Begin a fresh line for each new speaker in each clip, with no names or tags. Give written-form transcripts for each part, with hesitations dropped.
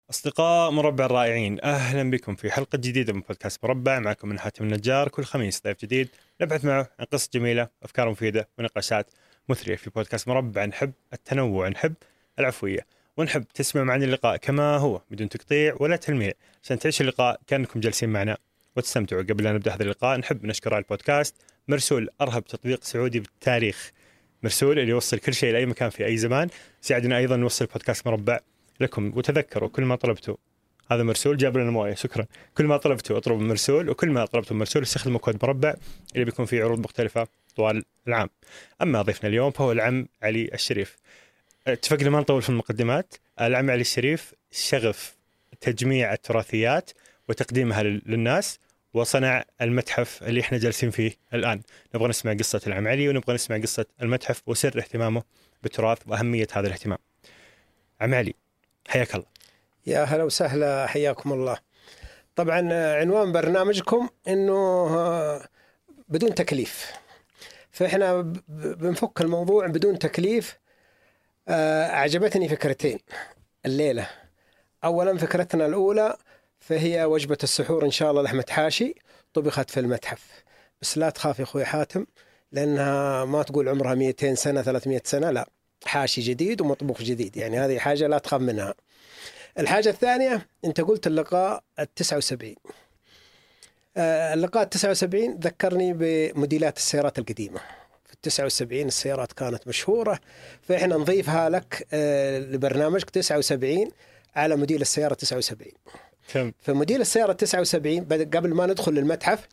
أصدقاء مربع الرائعين، أهلا بكم في حلقة جديدة من بودكاست مربع. معكم من حاتم النجار. كل خميس ضيف جديد نبحث معه عن قصة جميلة، أفكار مفيدة ونقاشات مثرية. في بودكاست مربع نحب التنوع، نحب العفوية، ونحب تسمع معنا اللقاء كما هو بدون تقطيع ولا تلميع، عشان تعيش اللقاء كأنكم جالسين معنا وتستمتعوا. قبل أن نبدأ هذا اللقاء نحب نشكر على البودكاست مرسول، أرهب تطبيق سعودي بالتاريخ. مرسول اللي يوصل كل شيء لأي مكان في أي زمان. ساعدنا أيضا نوصل بودكاست مربع لكم. وتذكروا كل ما طلبتوا، هذا مرسول جاب لنا مويه، شكرا. كل ما طلبتوا اطلبوا مرسول، وكل ما طلبتوا مرسول استخدموا كود مربع اللي بيكون فيه عروض مختلفة طوال العام. أما ضيفنا اليوم فهو العم علي الشريف. اتفقنا ما نطول في المقدمات. العم علي الشريف شغف تجميع التراثيات وتقديمها للناس، وصنع المتحف اللي احنا جالسين فيه الآن. نبغى نسمع قصة العم علي، ونبغى نسمع قصة المتحف وسر اهتمامه بالتراث وأهمية هذا الاهتمام. عم علي، حياك الله.
يا هلا وسهلا، حياكم الله. طبعا عنوان برنامجكم انه بدون تكليف، فاحنا بنفك الموضوع بدون تكليف. اعجبتني فكرتين الليلة. اولا فكرتنا الاولى فهي وجبة السحور ان شاء الله لحمة حاشي طبخت في المتحف. بس لا تخاف يا اخوي حاتم، لانها ما تقول عمرها 200 سنة 300 سنة، لا، حاشي جديد ومطبوخ جديد، يعني هذه حاجة لا تخاف منها. الحاجة الثانية، أنت قلت اللقاء 79. اللقاء 79 ذكرني بموديلات السيارات القديمة. في 79 السيارات كانت مشهورة، فإحنا نضيفها لك لبرنامجك 79 على موديل السيارة 79. فموديل السيارة 79 قبل ما ندخل للمتحف،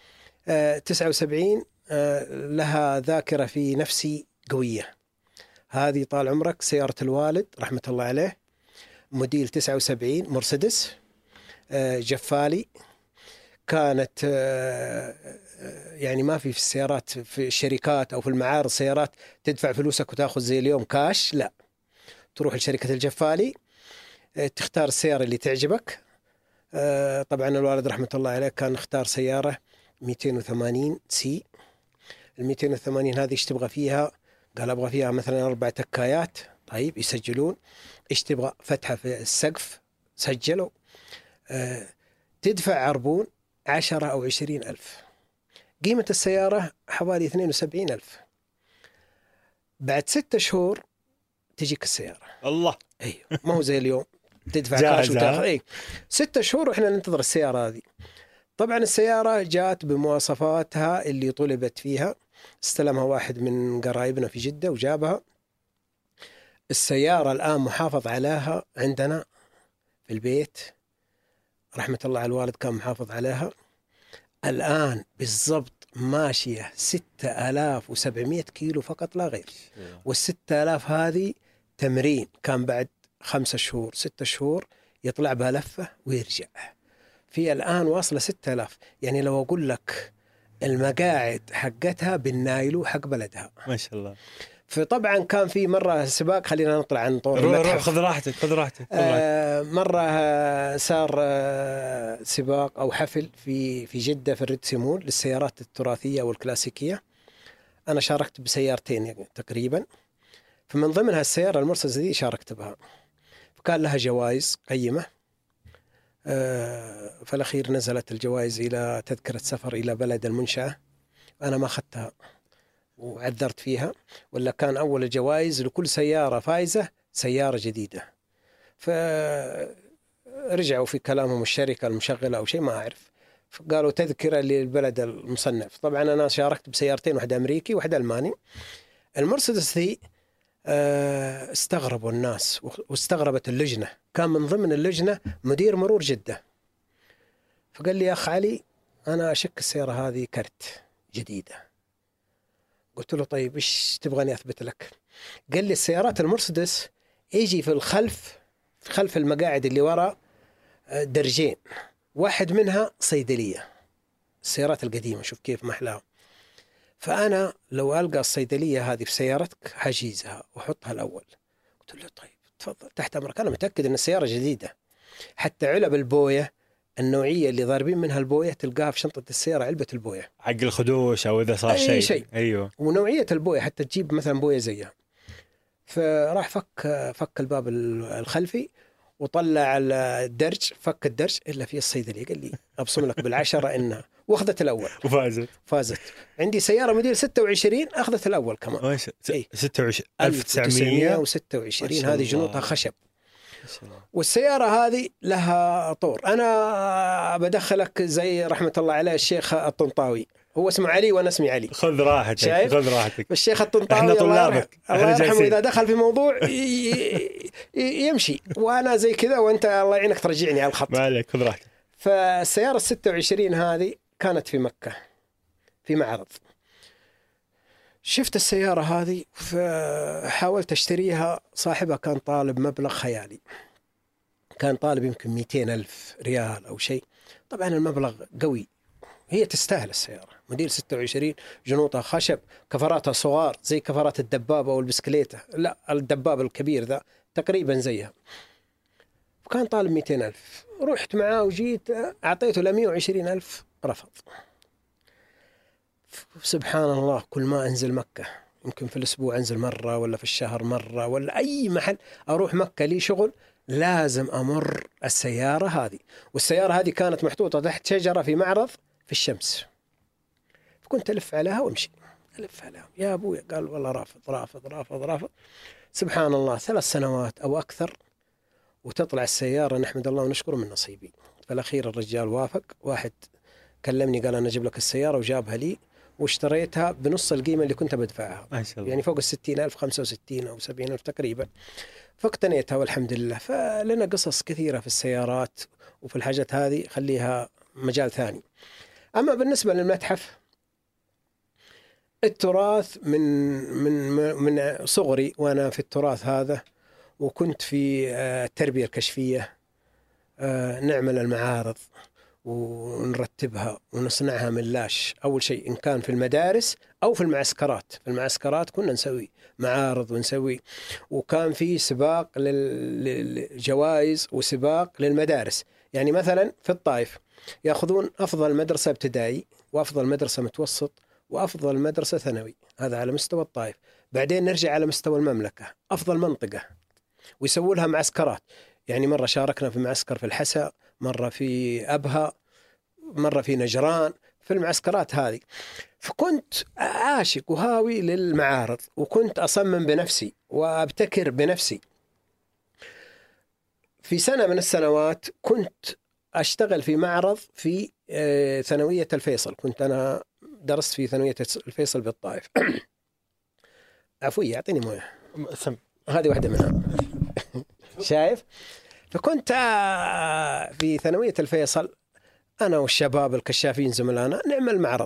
79 لها ذاكرة في نفسي قوية. هذه طال عمرك سيارة الوالد رحمة الله عليه، موديل 79 مرسيدس جفالي. كانت يعني ما في السيارات في الشركات أو في المعارض سيارات تدفع فلوسك وتأخذ زي اليوم كاش، لا، تروح لشركة الجفالي تختار السيارة اللي تعجبك. طبعا الوالد رحمة الله عليه كان اختار سيارة 280 سي. 280 هذه ايش تبغى فيها؟ قال أبغى فيها مثلا 4 تكايات. طيب يسجلون. ايش تبغى؟ فتحة في السقف. سجلوا. تدفع عربون 10 أو 20 ألف. قيمة السيارة حوالي 72 ألف. بعد 6 شهور تجيك السيارة.
الله.
أيوه، ما هو زي اليوم تدفع كاش وتاخذ. أي 6 شهور وإحنا ننتظر السيارة هذه. طبعا السيارة جات بمواصفاتها اللي طلبت فيها. استلمها واحد من قرايبنا في جدة وجابها. السيارة الآن محافظ عليها عندنا في البيت، رحمة الله على الوالد كان محافظ عليها. الآن بالضبط ماشية 6700 كيلو فقط لا غير. وال6000 هذه تمرين، كان بعد 5 شهور 6 شهور يطلع بها لفة ويرجع. في الآن واصلة 6000. يعني لو أقول لك المقاعد حقتها بالنايلو حق بلدها
ما شاء الله.
فطبعا كان في مرة سباق، خلينا نطلع عن طور المتحف.
خذ راحتك خذ راحتك.
مرة صار سباق أو حفل في جدة في الريد سيمون للسيارات التراثية والكلاسيكية. أنا شاركت بسيارتين يعني تقريبا، فمن ضمنها السيارة المرسيدس دي شاركت بها، فكان لها جوائز قيمة. في الأخير نزلت الجوائز إلى تذكرة سفر إلى بلد المنشأة. أنا ما أخذتها وعذرت فيها، ولا كان أول الجوائز لكل سيارة فائزة سيارة جديدة. فرجعوا في كلامهم الشركة المشغلة أو شيء ما أعرف، قالوا تذكرة للبلد المصنف. طبعا أنا شاركت بسيارتين، واحدة أمريكي واحدة ألماني. المرسيدس ذي استغربوا الناس واستغربت اللجنة. كان من ضمن اللجنة مدير مرور جدة، فقال لي يا أخ علي أنا أشك السيارة هذه كرت جديدة. قلت له طيب إيش تبغاني أثبت لك؟ قال لي السيارات المرسيدس يجي في الخلف، في خلف المقاعد اللي وراء درجين، واحد منها صيدلية. السيارات القديمة شوف كيف محلاها. فأنا لو ألقى الصيدلية هذه في سيارتك حجيزها وحطها الأول. قلت له طيب تفضل تحت أمرك، أنا متأكد أن السيارة جديدة. حتى علب البوية النوعية اللي ضاربين منها البوية تلقاها في شنطة السيارة، علبة البوية
حق الخدوش أو إذا صار
أي
شيء. أيوه.
ونوعية البوية حتى تجيب مثلا بوية زيها. فراح فك الباب الخلفي وطلع الدرج، فك الدرج إلا في الصيدلي قال لي أبصم لك بالعشرة إنها، وأخذت الأول فازت. عندي سيارة موديل 26 أخذت الأول كمان.
26 1926
هذه جنوطها خشب. والسيارة هذه لها طور. أنا بدخلك زي رحمة الله عليه الشيخ الطنطاوي، هو اسمه علي وأنا اسمي علي.
خذ راحتك.
الشيخ الطنطاوي
احنا طلابك،
الله يرحمه إذا دخل في موضوع يمشي، وأنا زي كذا، وأنت الله يعينك ترجعني على الخط.
ما عليك، خذ راحتك.
فالسيارة 26 هذه كانت في مكة في معرض. شفت السيارة هذه فحاولت أشتريها. صاحبها كان طالب مبلغ خيالي، كان طالب يمكن 200,000 ريال أو شيء. طبعا المبلغ قوي، هي تستاهل السيارة، موديل 26 جنوطها خشب، كفراتها صغار زي كفرات الدبابة أو البسكليتة، لا الدباب الكبير ذا تقريبا زيها. وكان طالب 200,000، رحت معاه وجيت أعطيته 120,000 رفض. سبحان الله، كل ما أنزل مكة، يمكن في الأسبوع أنزل مرة ولا في الشهر مرة ولا أي محل أروح مكة لي شغل، لازم أمر السيارة هذه. والسيارة هذه كانت محطوطة تحت شجرة في معرض في الشمس، فكنت ألف عليها وامشي ألف عليها. يا أبوي قال والله رافض. سبحان الله 3 سنوات أو أكثر وتطلع السيارة، نحمد الله ونشكره من نصيبي. فالأخير الرجال وافق، واحد كلمني قال أنا أجيب لك السيارة وجابها لي، واشتريتها بنص القيمة اللي كنت بدفعها، يعني فوق 60,000 65 أو 70,000 تقريبا، فاقتنيتها والحمد لله. فلنا قصص كثيرة في السيارات وفي الحاجات هذه، خليها مجال ثاني. أما بالنسبة للمتحف، التراث من صغري وأنا في التراث هذا، وكنت في التربية الكشفية، نعمل المعارض ونرتبها ونصنعها من لاش. أول شيء إن كان في المدارس أو في المعسكرات. في المعسكرات كنا نسوي معارض ونسوي، وكان في سباق للجوائز وسباق للمدارس. يعني مثلا في الطائف يأخذون أفضل مدرسة ابتدائي وأفضل مدرسة متوسط وأفضل مدرسة ثانوي، هذا على مستوى الطائف. بعدين نرجع على مستوى المملكة أفضل منطقة، ويسووا لها معسكرات. يعني مرة شاركنا في معسكر في الحسا، مرة في أبها، مرة في نجران، في المعسكرات هذه. فكنت عاشق وهاوي للمعارض، وكنت أصمم بنفسي وأبتكر بنفسي. في سنة من السنوات كنت أشتغل في معرض في ثانوية الفيصل، كنت أنا درست في ثانوية الفيصل بالطائف. عفوا يعطيني مويه، هذه واحدة منها. شايف؟ فكنت في ثانوية الفيصل أنا والشباب الكشافين زملائنا نعمل معرض.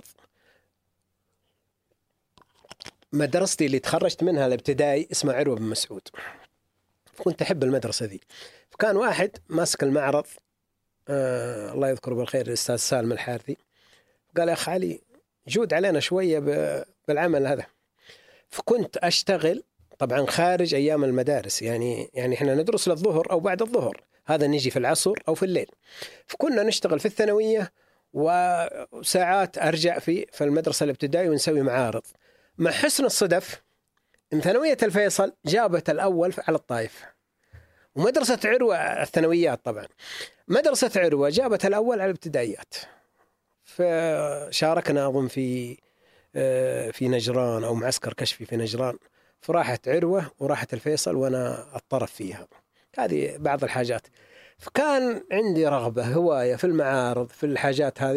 مدرستي اللي تخرجت منها الابتدائي اسمها عروة بن مسعود، كنت أحب المدرسة ذي. فكان واحد ماسك المعرض، الله يذكره بالخير، الأستاذ سالم الحارثي، قال يا أخ علي جود علينا شوية بالعمل هذا. فكنت أشتغل طبعا خارج أيام المدارس، يعني إحنا ندرس للظهر أو بعد الظهر، هذا نيجي في العصر أو في الليل. فكنا نشتغل في الثانوية، وساعات أرجع في المدرسة الابتدائية ونسوي معارض. مع حسن الصدف إن ثانوية الفيصل جابت الأول على الطائف، ومدرسة عروة الثانويات طبعا، مدرسة عروة جابت الأول على الابتدائيات. فشاركنا أظن في نجران أو معسكر كشفي في نجران، فراحت عروة وراحت الفيصل وأنا الطرف فيها. هذه بعض الحاجات. فكان عندي رغبة هواية في المعارض في الحاجات هذه.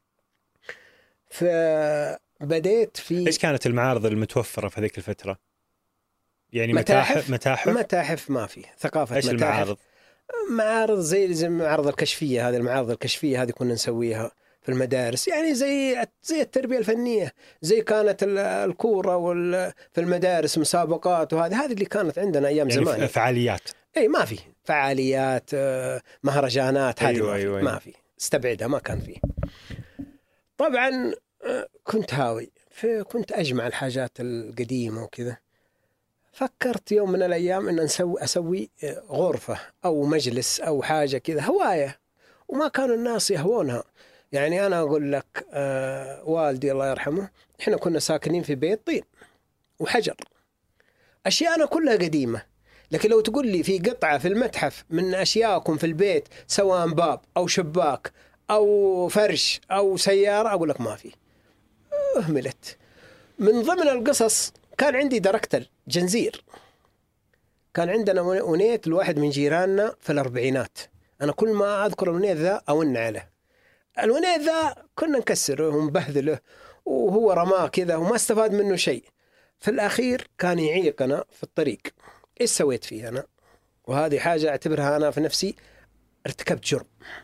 فبديت في
إيش كانت المعارض المتوفرة في هذيك الفترة؟ يعني متاحف
ما في ثقافة.
إيش
متاحف؟
المعارض؟
معارض زي المعارض الكشفية. هذه المعارض الكشفية هذه كنا نسويها في المدارس، يعني زي التربية الفنية، زي كانت الكورة في المدارس مسابقات، وهذه اللي كانت عندنا أيام
يعني
زمان.
فعاليات؟
أي ما في فعاليات، مهرجانات، هذه
أيوة.
ما في، استبعدها، ما كان فيه. طبعا كنت هاوي، كنت أجمع الحاجات القديمة وكذا. فكرت يوم من الأيام أن أسوي غرفة أو مجلس أو حاجة كذا، هواية، وما كانوا الناس يهوونها. يعني أنا أقول لك والدي الله يرحمه، إحنا كنا ساكنين في بيت طين وحجر، أشياءنا كلها قديمة، لكن لو تقول لي في قطعة في المتحف من أشياءكم في البيت سواء باب أو شباك أو فرش أو سيارة، أقول لك ما في، أهملت. من ضمن القصص كان عندي دركتل جنزير، كان عندنا ونيت الواحد من جيراننا في الأربعينات، أنا كل ما أذكر الونيت ذا أون عليه. الونيت ذا كنا نكسره ونبهذله وهو رماه كذا وما استفاد منه شيء. في الأخير كان يعيقنا في الطريق. إيش سويت فيه أنا؟ وهذه حاجة أعتبرها أنا في نفسي ارتكبت جرم.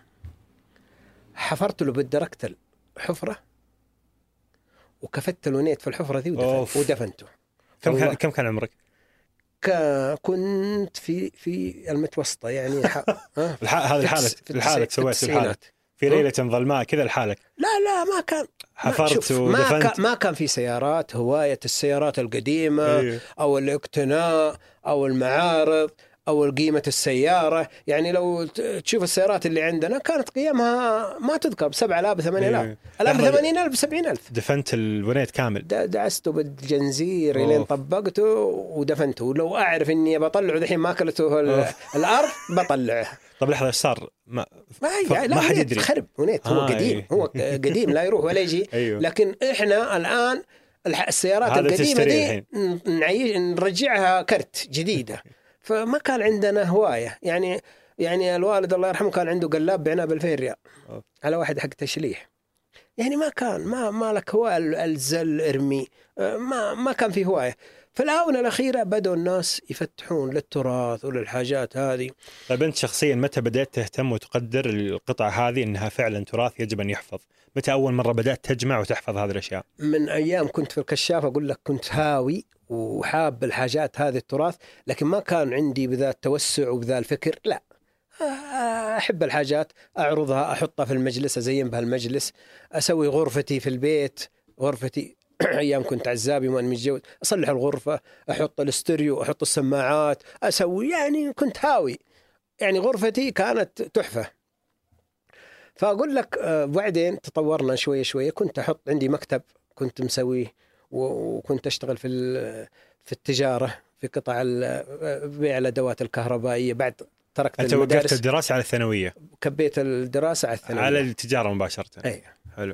حفرت له بالدركتل حفرة وكفت الونيت في الحفرة ذي ودفنته.
كم كان عمرك؟
كنت في المتوسطة يعني.
هذا الحالة سويت الحالة في ليلة ظلماء كذا الحالة؟
لا ما كان.
حفرت ودفنت.
ما كان في سيارات، هواية السيارات القديمة أو الاقتناء أو المعارض أو قيمة السيارة. يعني لو تشوف السيارات اللي عندنا كانت قيمها ما تذكر، 7,000 8,000 الآن 80,000 70,000.
دفنت الونيت كامل؟
دعسته بالجنزير لين طبقته ودفنته. ولو أعرف إني بطلعه ذحين ما أكلته الأرض بطلعه.
طب لحظة، ايش صار؟ ما
حد يدري. خرب ونيت. هو قديم. هو قديم لا يروح ولا يجي. لكن إحنا الآن السيارات القديمة دي نرجعها كرت جديدة. فما كان عندنا هواية. يعني الوالد الله يرحمه كان عنده قلاب بعناه ب2000 ريال على واحد حق تشليح. يعني ما كان ما لك هواية الزل ارمي، ما كان في هواية. في الآونة الأخيرة بدأوا الناس يفتحون للتراث وللحاجات هذه.
طيب أنت شخصيا متى بدأت تهتم وتقدر القطع هذه أنها فعلا تراث يجب أن يحفظ؟ متى أول مرة بدأت تجمع وتحفظ هذه الأشياء؟
من أيام كنت في الكشاف، أقول لك كنت هاوي وحاب الحاجات هذه التراث، لكن ما كان عندي بذا التوسع وبذا الفكر. لا، أحب الحاجات أعرضها، أحطها في المجلس، أزين بها المجلس، أسوي غرفتي في البيت. غرفتي أيام كنت عزابي وأنا متجوز، أصلح الغرفة، أحط الاستريو، أحط السماعات، أسوي. يعني كنت هاوي، يعني غرفتي كانت تحفة. فأقول لك بعدين تطورنا شوية شوية. كنت أحط عندي مكتب كنت مسويه، وكنت أشتغل في التجارة في قطع بيع الأدوات الكهربائية. بعد تركت
أنت
المدارس.
وقفت الدراسة على الثانوية؟
كبيت الدراسة على الثانوية،
على التجارة مباشرة.
أي.
حلو.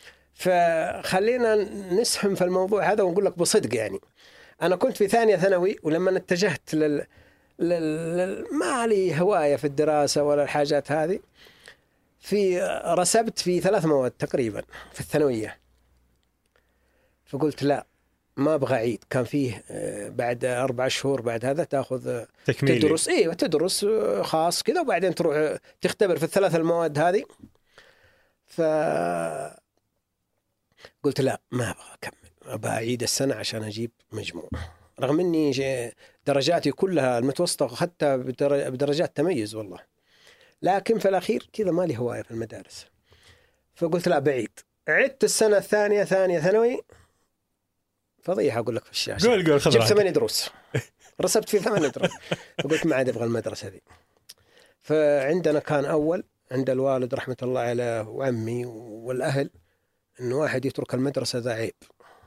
فخلينا نسهم في الموضوع هذا ونقول لك بصدق. يعني أنا كنت في ثانية ثانوي، ولما اتجهت ما لي هواية في الدراسة ولا الحاجات هذه، رسبت في 3 مواد تقريبا في الثانوية. فقلت لا، ما أبغى أعيد. كان فيه بعد 4 شهور بعد هذا تأخذ
تكميلي.
تدرس تدرس خاص كذا، وبعدين تروح تختبر في ال3 المواد هذه. فقلت لا، ما أبغى أكمل، أبغى أعيد السنة عشان أجيب مجموع، رغم أني درجاتي كلها المتوسطة أخذتها بدرجات تميز والله. لكن في الأخير كذا ما لي هواية في المدارس. فقلت لا، بعيد. عدت السنة الثانية ثانية ثانوي، فضيحة أقول لك في الشاشة.
قول
جبت 8 دروس، رسبت في 8 دروس. فقلت ما عاد أبغى المدرسة دي. فعندنا كان أول عند الوالد رحمة الله عليه وعمي والأهل إنه واحد يترك المدرسة ذا عيب.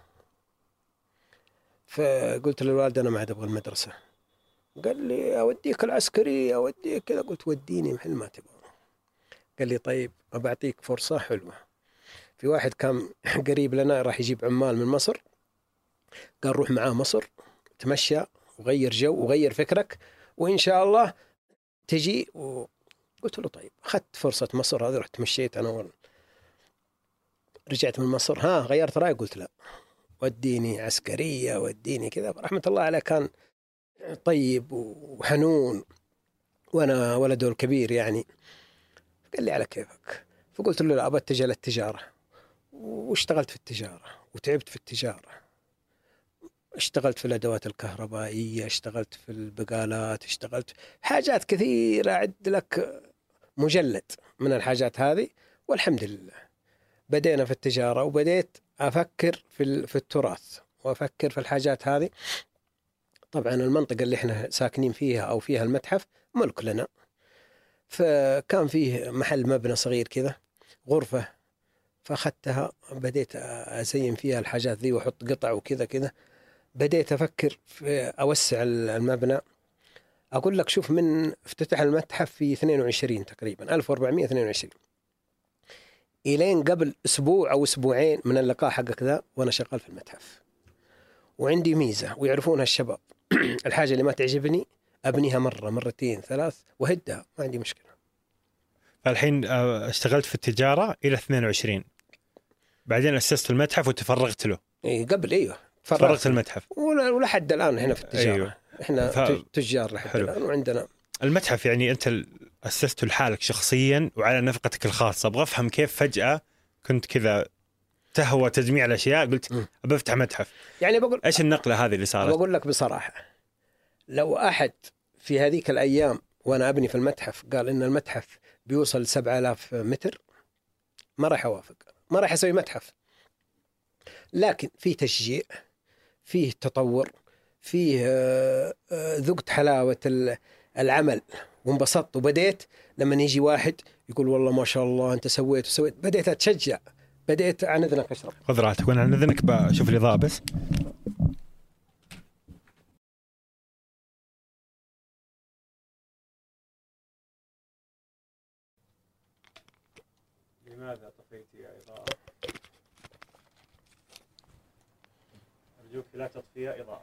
فقلت للوالد أنا ما عاد أبغى المدرسة. قال لي أوديك العسكري، أوديك كذا. قلت وديني محل ما تبغى. قال لي طيب أبعطيك فرصة حلوة. في واحد كان قريب لنا راح يجيب عمال من مصر، قال روح معاه مصر، تمشى وغير جو وغير فكرك، وإن شاء الله تجي. قلت له طيب. أخذت فرصة مصر هذه، رحت مشيت أنا رجعت من مصر. غيرت رأي. قلت لا، وديني عسكرية، وديني كذا. رحمة الله عليه كان طيب وحنون، وأنا ولده الكبير يعني. قال لي على كيفك. فقلت له لا، أبى أتجه للتجارة. واشتغلت في التجارة وتعبت في التجارة. اشتغلت في الأدوات الكهربائية، اشتغلت في البقالات، اشتغلت حاجات كثيرة. أعد لك مجلد من الحاجات هذه. والحمد لله بدينا في التجارة، وبديت أفكر في التراث وأفكر في الحاجات هذه. طبعا المنطقة اللي احنا ساكنين فيها أو فيها المتحف ملك لنا. فكان فيه محل مبنى صغير كذا، غرفة، فأخذتها بديت أزين فيها الحاجات ذي وأحط قطع وكذا كذا. بديت أفكر في أوسع المبنى، أقول لك شوف، من افتتح المتحف في 22 تقريبا 1422 إلين قبل أسبوع أو أسبوعين من اللقاء حقك ذا وأنا شغال في المتحف، وعندي ميزة ويعرفونها الشباب الحاجة اللي ما تعجبني أبنيها مرة مرتين ثلاث وهدها، ما عندي مشكلة.
الحين اشتغلت في التجارة إلى 22، بعدين أسست المتحف وتفرغت له.
إيه قبل، أيوه
فرغت المتحف
ولحد الآن هنا في التجارة.
أيوه.
إحنا تجار لحد
حلو.
الآن. وعندنا
المتحف يعني أنت أسسته لحالك شخصيا وعلى نفقتك الخاصة. أبغى أفهم كيف فجأة كنت كذا تهوى تجميع الأشياء قلت أبى أفتح متحف.
يعني بقول
إيش النقلة هذه اللي صارت؟
بقول لك بصراحة، لو أحد في هذيك الأيام وأنا أبني في المتحف قال إن المتحف بيوصل 7000 متر ما راح أوافق، ما راح أسوي متحف. لكن فيه تشجيع، فيه تطور، فيه ذقت حلاوة العمل وانبسطت وبديت. لما يجي واحد يقول والله ما شاء الله أنت سويت بديت أتشجع، بديت عن إذنك أشرب.
خذ راحتك وأنا عن إذنك بشوف الإضاءة بس. لماذا طفيت يا إضاءة؟ أرجوك لا تطفي يا إضاءة.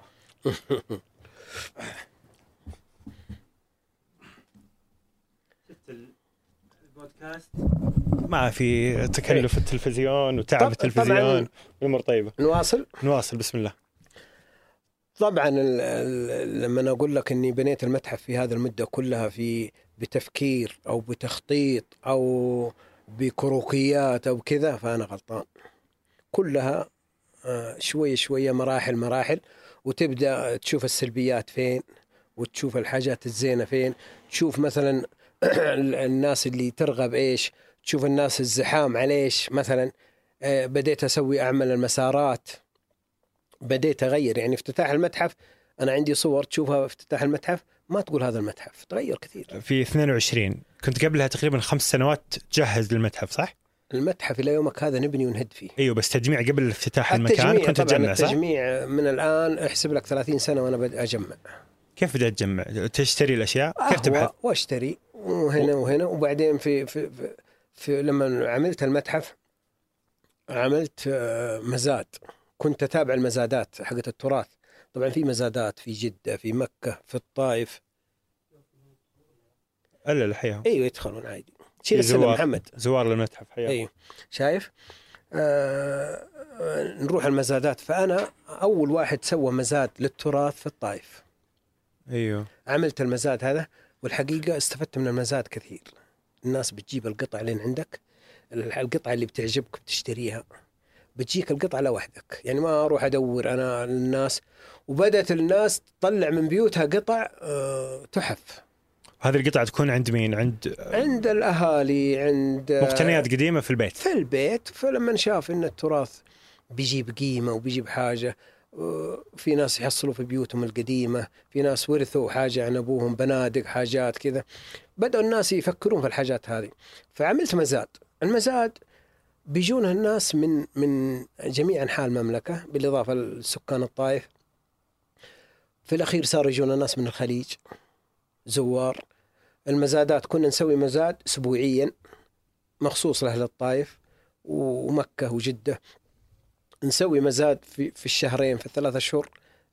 شفت البودكاست ما في تكلف التلفزيون وتعب التلفزيون والأمور طيبة. نواصل بسم الله.
طبعا لما أقول لك أني بنيت المتحف في هذا المدة كلها بتفكير أو بتخطيط أو بكروكيات أو كذا، فأنا غلطان. كلها شوية مراحل، وتبدأ تشوف السلبيات فين وتشوف الحاجات الزينة فين. تشوف مثلا الناس اللي ترغب إيش، تشوف الناس الزحام عليش. مثلا بديت أعمل المسارات، بديت أغير. يعني افتتاح المتحف أنا عندي صور تشوفها افتتاح المتحف ما تقول هذا المتحف تغير كثير.
في 22 كنت قبلها تقريبا 5 سنوات تجهز للمتحف صح؟
المتحف إلى يومك هذا نبني ونهد فيه.
أيوه بس تجميع قبل افتتاح المكان كنت تجمع صح؟
التجميع من الآن احسب لك 30 سنة وأنا بدأ أجمع.
كيف بدأت تجمع؟ تشتري الأشياء؟ كيف تبحث؟
واشتري وهنا وبعدين في لما عملت المتحف عملت مزاد. كنت أتابع المزادات حقت التراث. طبعا في مزادات في جدة، في مكة، في الطائف.
ألا الحياة
أيوة يدخلون عادي. شيل السلم محمد.
زوار للمتحف حياة.
أيوة شايف. نروح المزادات. فأنا أول واحد سوى مزاد للتراث في الطائف.
أيوة
عملت المزاد هذا، والحقيقة استفدت من المزاد كثير. الناس بتجيب القطع لين عندك، القطعة اللي بتعجبك بتشتريها، بتجيك القطعة لوحدك. يعني ما أروح أدور أنا للناس. وبدأت الناس تطلع من بيوتها قطع تحف.
هذه القطعة تكون عند مين؟
عند الأهالي، عند
مقتنيات قديمة في البيت.
فلما شاف إن التراث بيجيب قيمة وبيجيب حاجة، في ناس يحصلوا في بيوتهم القديمة، في ناس ورثوا حاجة عن أبوهم، بنادق، حاجات كذا. بدأوا الناس يفكرون في الحاجات هذه. فعملت مزاد. المزاد بيجونها الناس من جميع أنحاء المملكة بالإضافة لسكان الطائف. في الأخير صاروا يجون الناس من الخليج زوار. المزادات كنا نسوي مزاد أسبوعيا مخصوص لأهل الطائف ومكة وجدة. نسوي مزاد في الشهرين، في 3 أشهر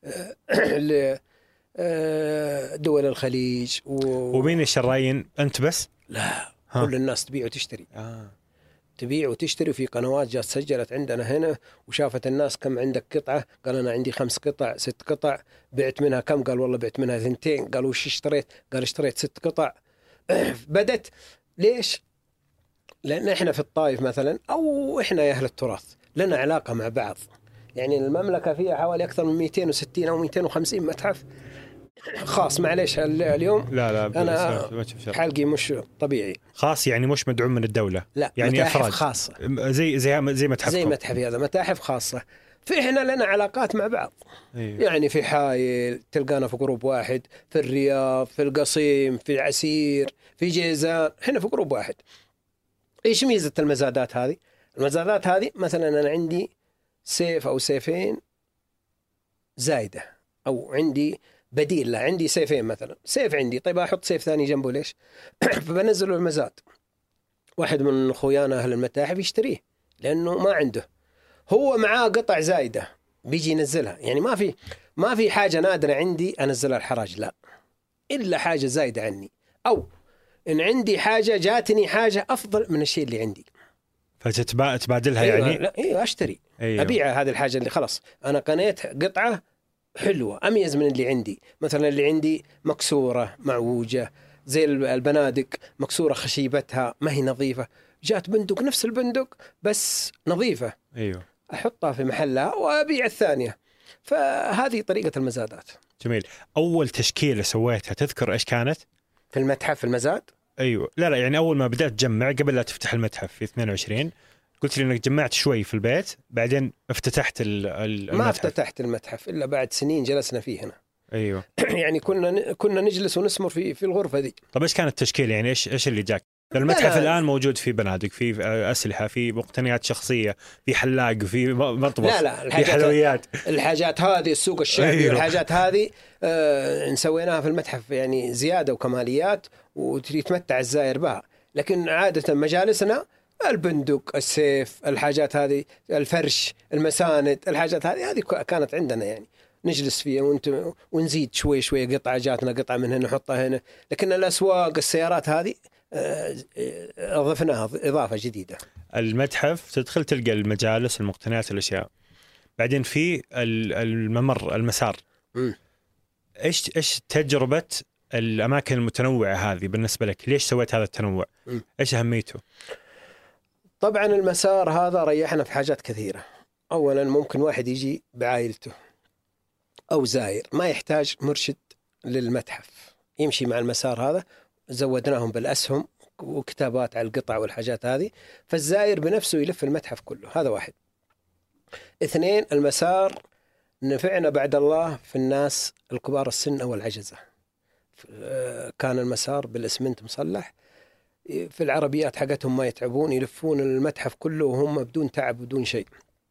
لدول الخليج.
ومين الشرايين؟ أنت بس؟
لا كل الناس تبيع وتشتري. تبيع وتشتري. في قنوات جات سجلت عندنا هنا وشافت الناس كم عندك قطعة، قال أنا عندي 5 قطع 6 قطع. بعت منها كم؟ قال والله بعت منها 2. قالوا وش اشتريت؟ قال اشتريت 6 قطع. بدت ليش؟ لأن إحنا في الطائف مثلا، أو إحنا يا أهل التراث لنا علاقة مع بعض. يعني المملكة فيها حوالي أكثر من 260 أو 250 متحف خاص. معليش اليوم
لا
أنا حلقي مش طبيعي.
خاص يعني مش مدعوم من الدولة.
لا
يعني
متاحف
أفراد
خاصة
زي متحف.
زي متحفي هذا متاحف خاصة. فإحنا لنا علاقات مع بعض.
أيوه.
يعني في حايل تلقانا في جروب واحد، في الرياض، في القصيم، في عسير، في جيزان، هنا في جروب واحد. إيش ميزة المزادات هذه؟ المزادات هذه مثلا أنا عندي سيف أو سيفين زايدة، أو عندي بديل له. عندي سيفين مثلا، سيف عندي، طيب أحط سيف ثاني جنبه ليش؟ فبنزله المزاد. واحد من أخويانا أهل المتاحف يشتريه لأنه ما عنده، هو معاه قطع زايدة بيجي ينزلها. يعني ما في حاجة نادرة عندي أنزلها الحراج، لا، إلا حاجة زايدة عني، أو إن عندي حاجة جاتني حاجة أفضل من الشيء اللي عندي
فتبادلها.
أيوة،
يعني
لا أيوة أشتري.
أيوة.
أبيع هذه الحاجة اللي خلاص أنا قنيت قطعة حلوة أميز من اللي عندي. مثلا اللي عندي مكسورة معوجة زي البنادق، مكسورة خشيبتها ما هي نظيفة، جات بندق نفس البندق بس نظيفة،
أيوة،
أحطها في محلها وأبيع الثانية. فهذه طريقة المزادات.
جميل. أول تشكيلة سويتها تذكر إيش كانت؟
في المتحف في المزاد؟
أيوة، لا يعني أول ما بدأت تجمع قبل لا تفتح المتحف في 22 قلت لي إنك جمعت شوي في البيت بعدين افتتحت المتحف.
ما افتتحت المتحف إلا بعد سنين جلسنا فيه هنا.
أيوة.
يعني كنا نجلس ونسمر في الغرفة دي.
طب إيش كانت التشكيلة؟ يعني إيش اللي جاك؟ المتحف الآن موجود في بنادق، في أسلحة، في مقتنيات شخصية، في حلاق، في مطبخ،
لا
في حلويات.
الحاجات هذه السوق الشعبي.
أيوه.
والحاجات هذه نسويناها في المتحف يعني زيادة وكماليات ويتمتع الزائر بها. لكن عادة مجالسنا البندق، السيف، الحاجات هذه، الفرش، المساند، الحاجات هذه كانت عندنا يعني نجلس فيها ونزيد شوي قطعة جاتنا قطعة من هنا نحطها هنا. لكن الأسواق السيارات هذه أضفناها إضافة جديدة.
المتحف تدخل تلقى المجالس، المقتنيات، الأشياء. بعدين في المسار. إيش تجربة الأماكن المتنوعة هذه بالنسبة لك؟ ليش سويت هذا التنوع؟ إيش أهميته؟
طبعا المسار هذا ريحنا في حاجات كثيرة. أولا ممكن واحد يجي بعائلته أو زائر ما يحتاج مرشد للمتحف، يمشي مع المسار هذا. زودناهم بالأسهم وكتابات على القطع والحاجات هذه، فالزائر بنفسه يلف المتحف كله. هذا واحد. اثنين، المسار نفعنا بعد الله في الناس الكبار السن أو العجزة. كان المسار بالإسمنت مصلح، في العربيات حقتهم ما يتعبون، يلفون المتحف كله وهم بدون تعب بدون شيء.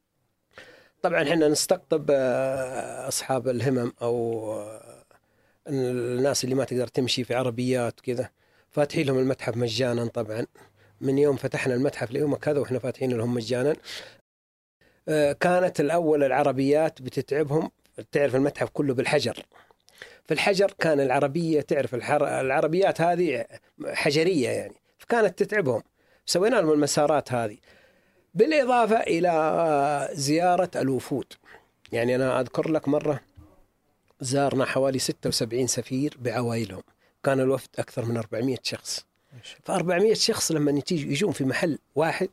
طبعا احنا نستقطب أصحاب الهمم أو الناس اللي ما تقدر تمشي في عربيات كذا، فاتحين لهم المتحف مجانا. طبعا من يوم فتحنا المتحف ليومك هذا وإحنا فاتحين لهم مجانا. كانت الأول العربيات بتتعبهم، تعرف المتحف كله بالحجر، في الحجر كان العربية تعرف العربيات هذه حجرية يعني، فكانت تتعبهم. سوينا لهم المسارات هذه بالإضافة إلى زيارة الوفود. يعني أنا أذكر لك مرة زارنا حوالي 76 سفير بعوائلهم، كان الوفد أكثر من 400 شخص. ف400 شخص لما يجون في محل واحد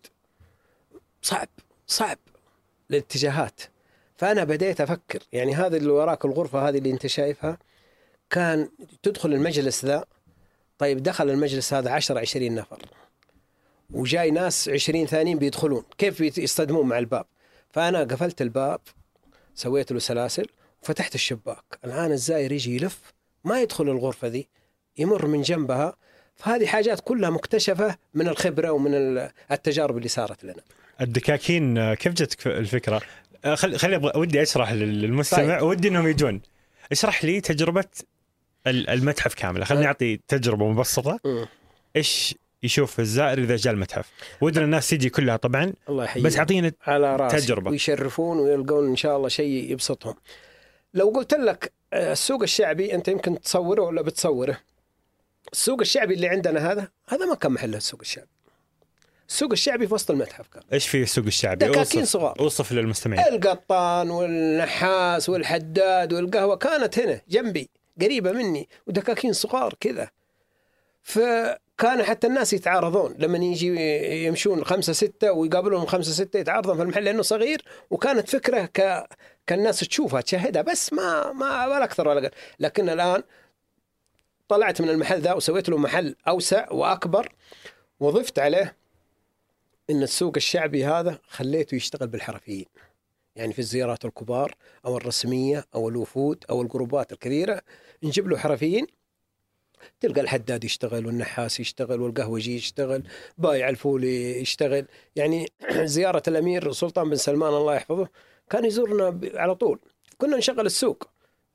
صعب الاتجاهات. فأنا بديت أفكر يعني هذا اللي وراك الغرفة هذه اللي أنت شايفها، كان تدخل المجلس ذا، طيب دخل المجلس هذا 10-20 نفر وجاي ناس 20 ثانيين بيدخلون، كيف يصطدمون مع الباب؟ فأنا قفلت الباب، سويت له سلاسل وفتحت الشباك. الآن الزائر يجي يلف ما يدخل الغرفة ذي، يمر من جنبها. فهذه حاجات كلها مكتشفة من الخبرة ومن التجارب اللي صارت لنا.
الدكاكين كيف جتك الفكرة؟ خلي ودي أشرح للمستمع. طيب. ودي أنهم يجون. اشرح لي تجربة المتحف كاملة. خليني أعطي تجربة مبسطة. إيش يشوف الزائر إذا جاء المتحف؟ ودنا الناس تيجي كلها طبعا،
الله يحييك،
بس أعطينا
على راسي
تجربة.
ويشرفون ويلقون إن شاء الله شيء يبسطهم. لو قلت لك السوق الشعبي أنت يمكن تصوره ولا بتصوره. السوق الشعبي اللي عندنا هذا ما كان محل السوق الشعبي. السوق الشعبي في وسط المتحف كان.
إيش في السوق الشعبي؟
دكاكين صغار.
أوصف للمستمعين.
القطان والنحاس والحداد والقهوة كانت هنا جنبي قريبة مني، ودكاكين صغار كذا. فكان حتى الناس يتعارضون لما يجي يمشون 5-6 ويقابلهم 5-6 يتعارضون في المحل لأنه صغير. وكانت فكرة كالناس تشوفها تشاهدها بس ما ولا أكثر ولا أقل. لكن الآن طلعت من المحل ذا وسويت له محل أوسع وأكبر، وضفت عليه إن السوق الشعبي هذا خليته يشتغل بالحرفيين. يعني في الزيارات الكبار أو الرسمية أو الوفود أو الجروبات الكبيرة نجيب له حرفيين. تلقى الحداد يشتغل والنحاس يشتغل والقهوجي يشتغل، بايع الفول يشتغل. يعني زيارة الأمير سلطان بن سلمان الله يحفظه كان يزورنا على طول، كنا نشغل السوق.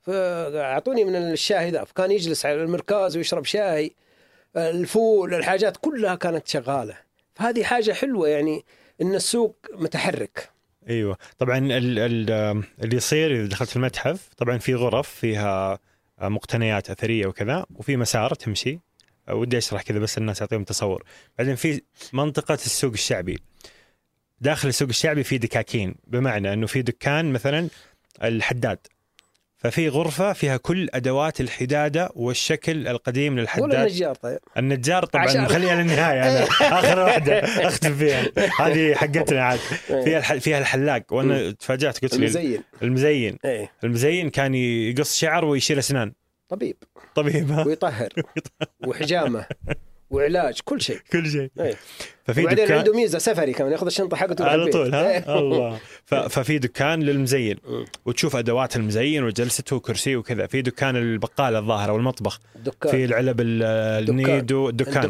فأعطوني من الشاي ذا. فكان يجلس على المركاز ويشرب شاي، الفول، الحاجات كلها كانت شغالة. فهذه حاجة حلوة يعني إن السوق متحرك.
ايوه طبعا اللي يصير اذا دخلت في المتحف طبعا في غرف فيها مقتنيات اثريه وكذا، وفي مسار تمشي. ودي اشرح كذا بس الناس يعطيهم تصور. بعدين في منطقه السوق الشعبي. داخل السوق الشعبي في دكاكين، بمعنى انه في دكان مثلا الحداد، ففي غرفه فيها كل ادوات الحداده والشكل القديم للحداد.
ولا النجار؟ طيب
النجار طبعا نخليها للنهايه، انا اخر واحده اختم فيها، هذه حقتنا عاد. فيها الحلاق، وانا تفاجأت قلت لي المزين. المزين كان يقص شعر ويشيل اسنان.
طبيب
ويطهر
وحجامه وعلاج، كل شيء. وبعدين عنده ميزه سفري كمان، ياخذ الشنطه حقته
على طول. الله. ففي دكان للمزين، وتشوف ادوات المزين وجلسته وكرسي وكذا. في دكان البقاله الظاهره والمطبخ، في العلب النيدو، الدكان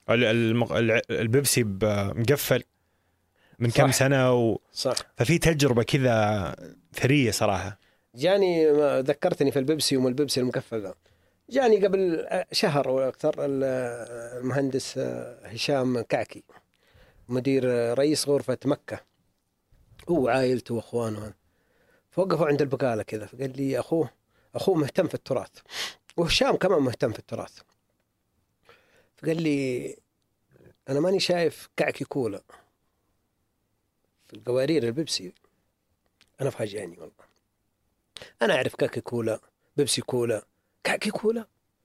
البيبسي مقفل من كم سنه
صح.
ففي تجربه كذا ثريه صراحه.
جاني ذكرتني في البيبسي، يوم البيبسي المقفل ده جاني قبل شهر او اكثر المهندس هشام كعكي، مدير رئيس غرفة مكة، هو عائلته واخوانه، فوقفوا عند البقالة كذا، فقال لي اخوه مهتم في التراث، وهشام كمان مهتم في التراث. فقال لي انا ماني شايف كعكي كولا في القوارير البيبسي. انا فاجئني والله، انا اعرف كعكي كولا، بيبسي كولا، كعكي كولا.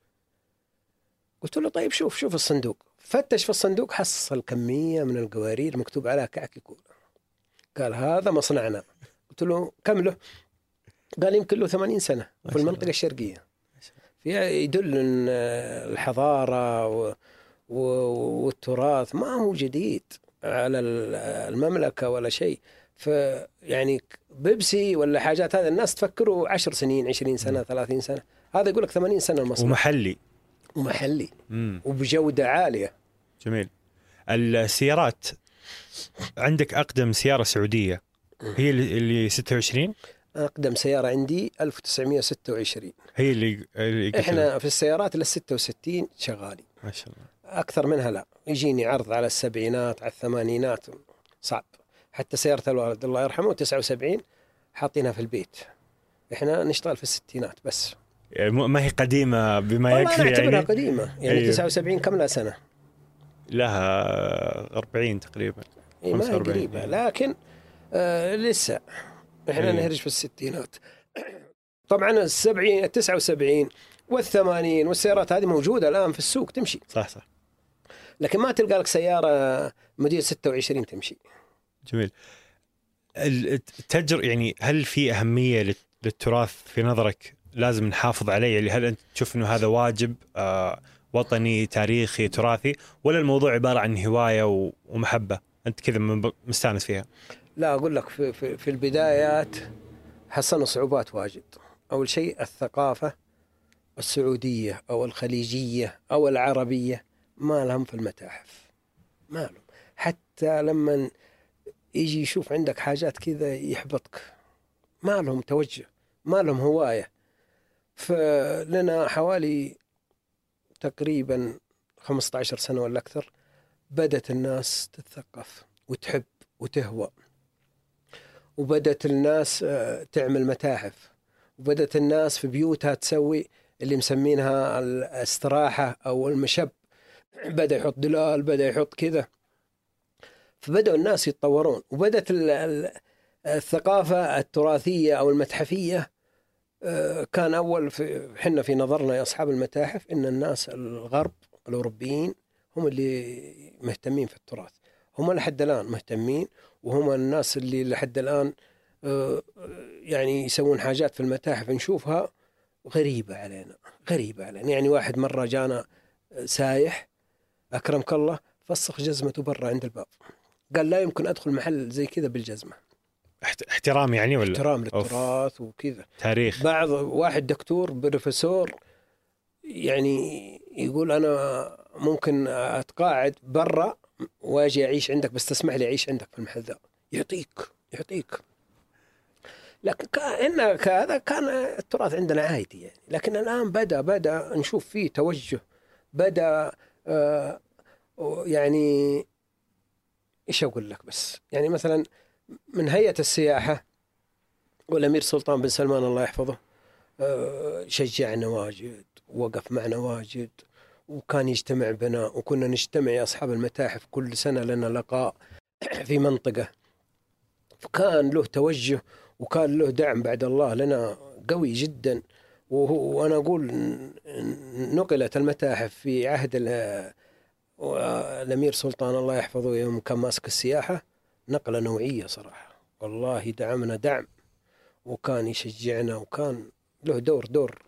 قلت له طيب شوف الصندوق. فتش في الصندوق، حصل كمية من القوارير مكتوب عليها كعكي كولا. قال هذا مصنعنا. قلت له كم له؟ قال يمكن له 80 سنة في المنطقة الشرقية. فيها يدل ان الحضارة والتراث ما هو جديد على المملكة ولا شيء. فيعني بيبسي ولا حاجات هذا الناس تفكروا 10 سنين 20 سنة 30 سنة، هذا يقول لك 80 سنة المصنع، ومحلي وبجودة عالية.
جميل. السيارات عندك أقدم سيارة سعودية هي اللي 26؟
أقدم سيارة عندي 1926 هي اللي إحنا في السيارات إلى 66 شغالي
ما شاء الله.
أكثر منها لا، يجيني عرض على السبعينات على الثمانينات صعب. حتى سيارة الوالد الله يرحمه 79 حاطينها في البيت، إحنا نشتغل في الستينات بس.
ما هي قديمة بما يكفي
يعني. أنا أعتبرها قديمة يعني. أيوه. 79 كم لها سنة؟
لها 40 تقريبا.
ما هي قريبة لكن لسه إحنا نهرج في الستينات. طبعا 70 79 والثمانين والسيارات هذه موجودة الآن في السوق تمشي.
صح.
لكن ما تلقى لك سيارة موديل 26 تمشي.
جميل. يعني هل في أهمية للتراث في نظرك لازم نحافظ عليه؟ يعني هل أنت تشوف إنه هذا واجب وطني تاريخي تراثي، ولا الموضوع عبارة عن هواية ومحبة أنت كذا مستانس فيها؟
لا أقول لك في البدايات حصلنا صعوبات واجد. أول شيء الثقافة السعودية أو الخليجية أو العربية ما لهم في المتاحف، ما لهم. حتى لما يجي يشوف عندك حاجات كذا يحبطك، ما لهم توجه، ما لهم هواية. فلنا حوالي تقريبا 15 سنة ولا أكثر بدأت الناس تتثقف وتحب وتهوى، وبدأت الناس تعمل متاحف، وبدأت الناس في بيوتها تسوي اللي مسمينها الاستراحة أو المشب، بدأ يحط دلال، بدأ يحط كذا. فبدأوا الناس يتطورون، وبدأت الثقافة التراثية أو المتحفية. كان أول حنا في نظرنا يا أصحاب المتاحف إن الناس الغرب الأوروبيين هم اللي مهتمين في التراث، هم لحد الآن مهتمين، وهم الناس اللي لحد الآن يعني يسوون حاجات في المتاحف نشوفها غريبة علينا. يعني واحد مرة جانا سايح أكرمك الله فسخ جزمته برا عند الباب، قال لا يمكن أدخل محل زي كذا بالجزمة.
احترام يعني ولا
احترام للتراث وكذا
تاريخ.
بعض واحد دكتور بروفيسور يعني يقول أنا ممكن أتقاعد برا واجي أعيش عندك، بس تسمح لي أعيش عندك في المحل ذا. يعطيك. لكن هذا كان التراث عندنا عادي يعني. لكن الآن بدأ نشوف فيه توجه، بدأ يعني إيش أقول لك، بس يعني مثلا من هيئة السياحة والأمير سلطان بن سلمان الله يحفظه شجعنا واجد، وقف معنا واجد، وكان يجتمع بنا، وكنا نجتمع يا أصحاب المتاحف كل سنة لنا لقاء في منطقة. فكان له توجه وكان له دعم بعد الله لنا قوي جدا. وأنا أقول نقلت المتاحف في عهد الأمير سلطان الله يحفظه يوم كان ماسك السياحة نقلة نوعية صراحة، والله دعمنا دعم وكان يشجعنا وكان له دور.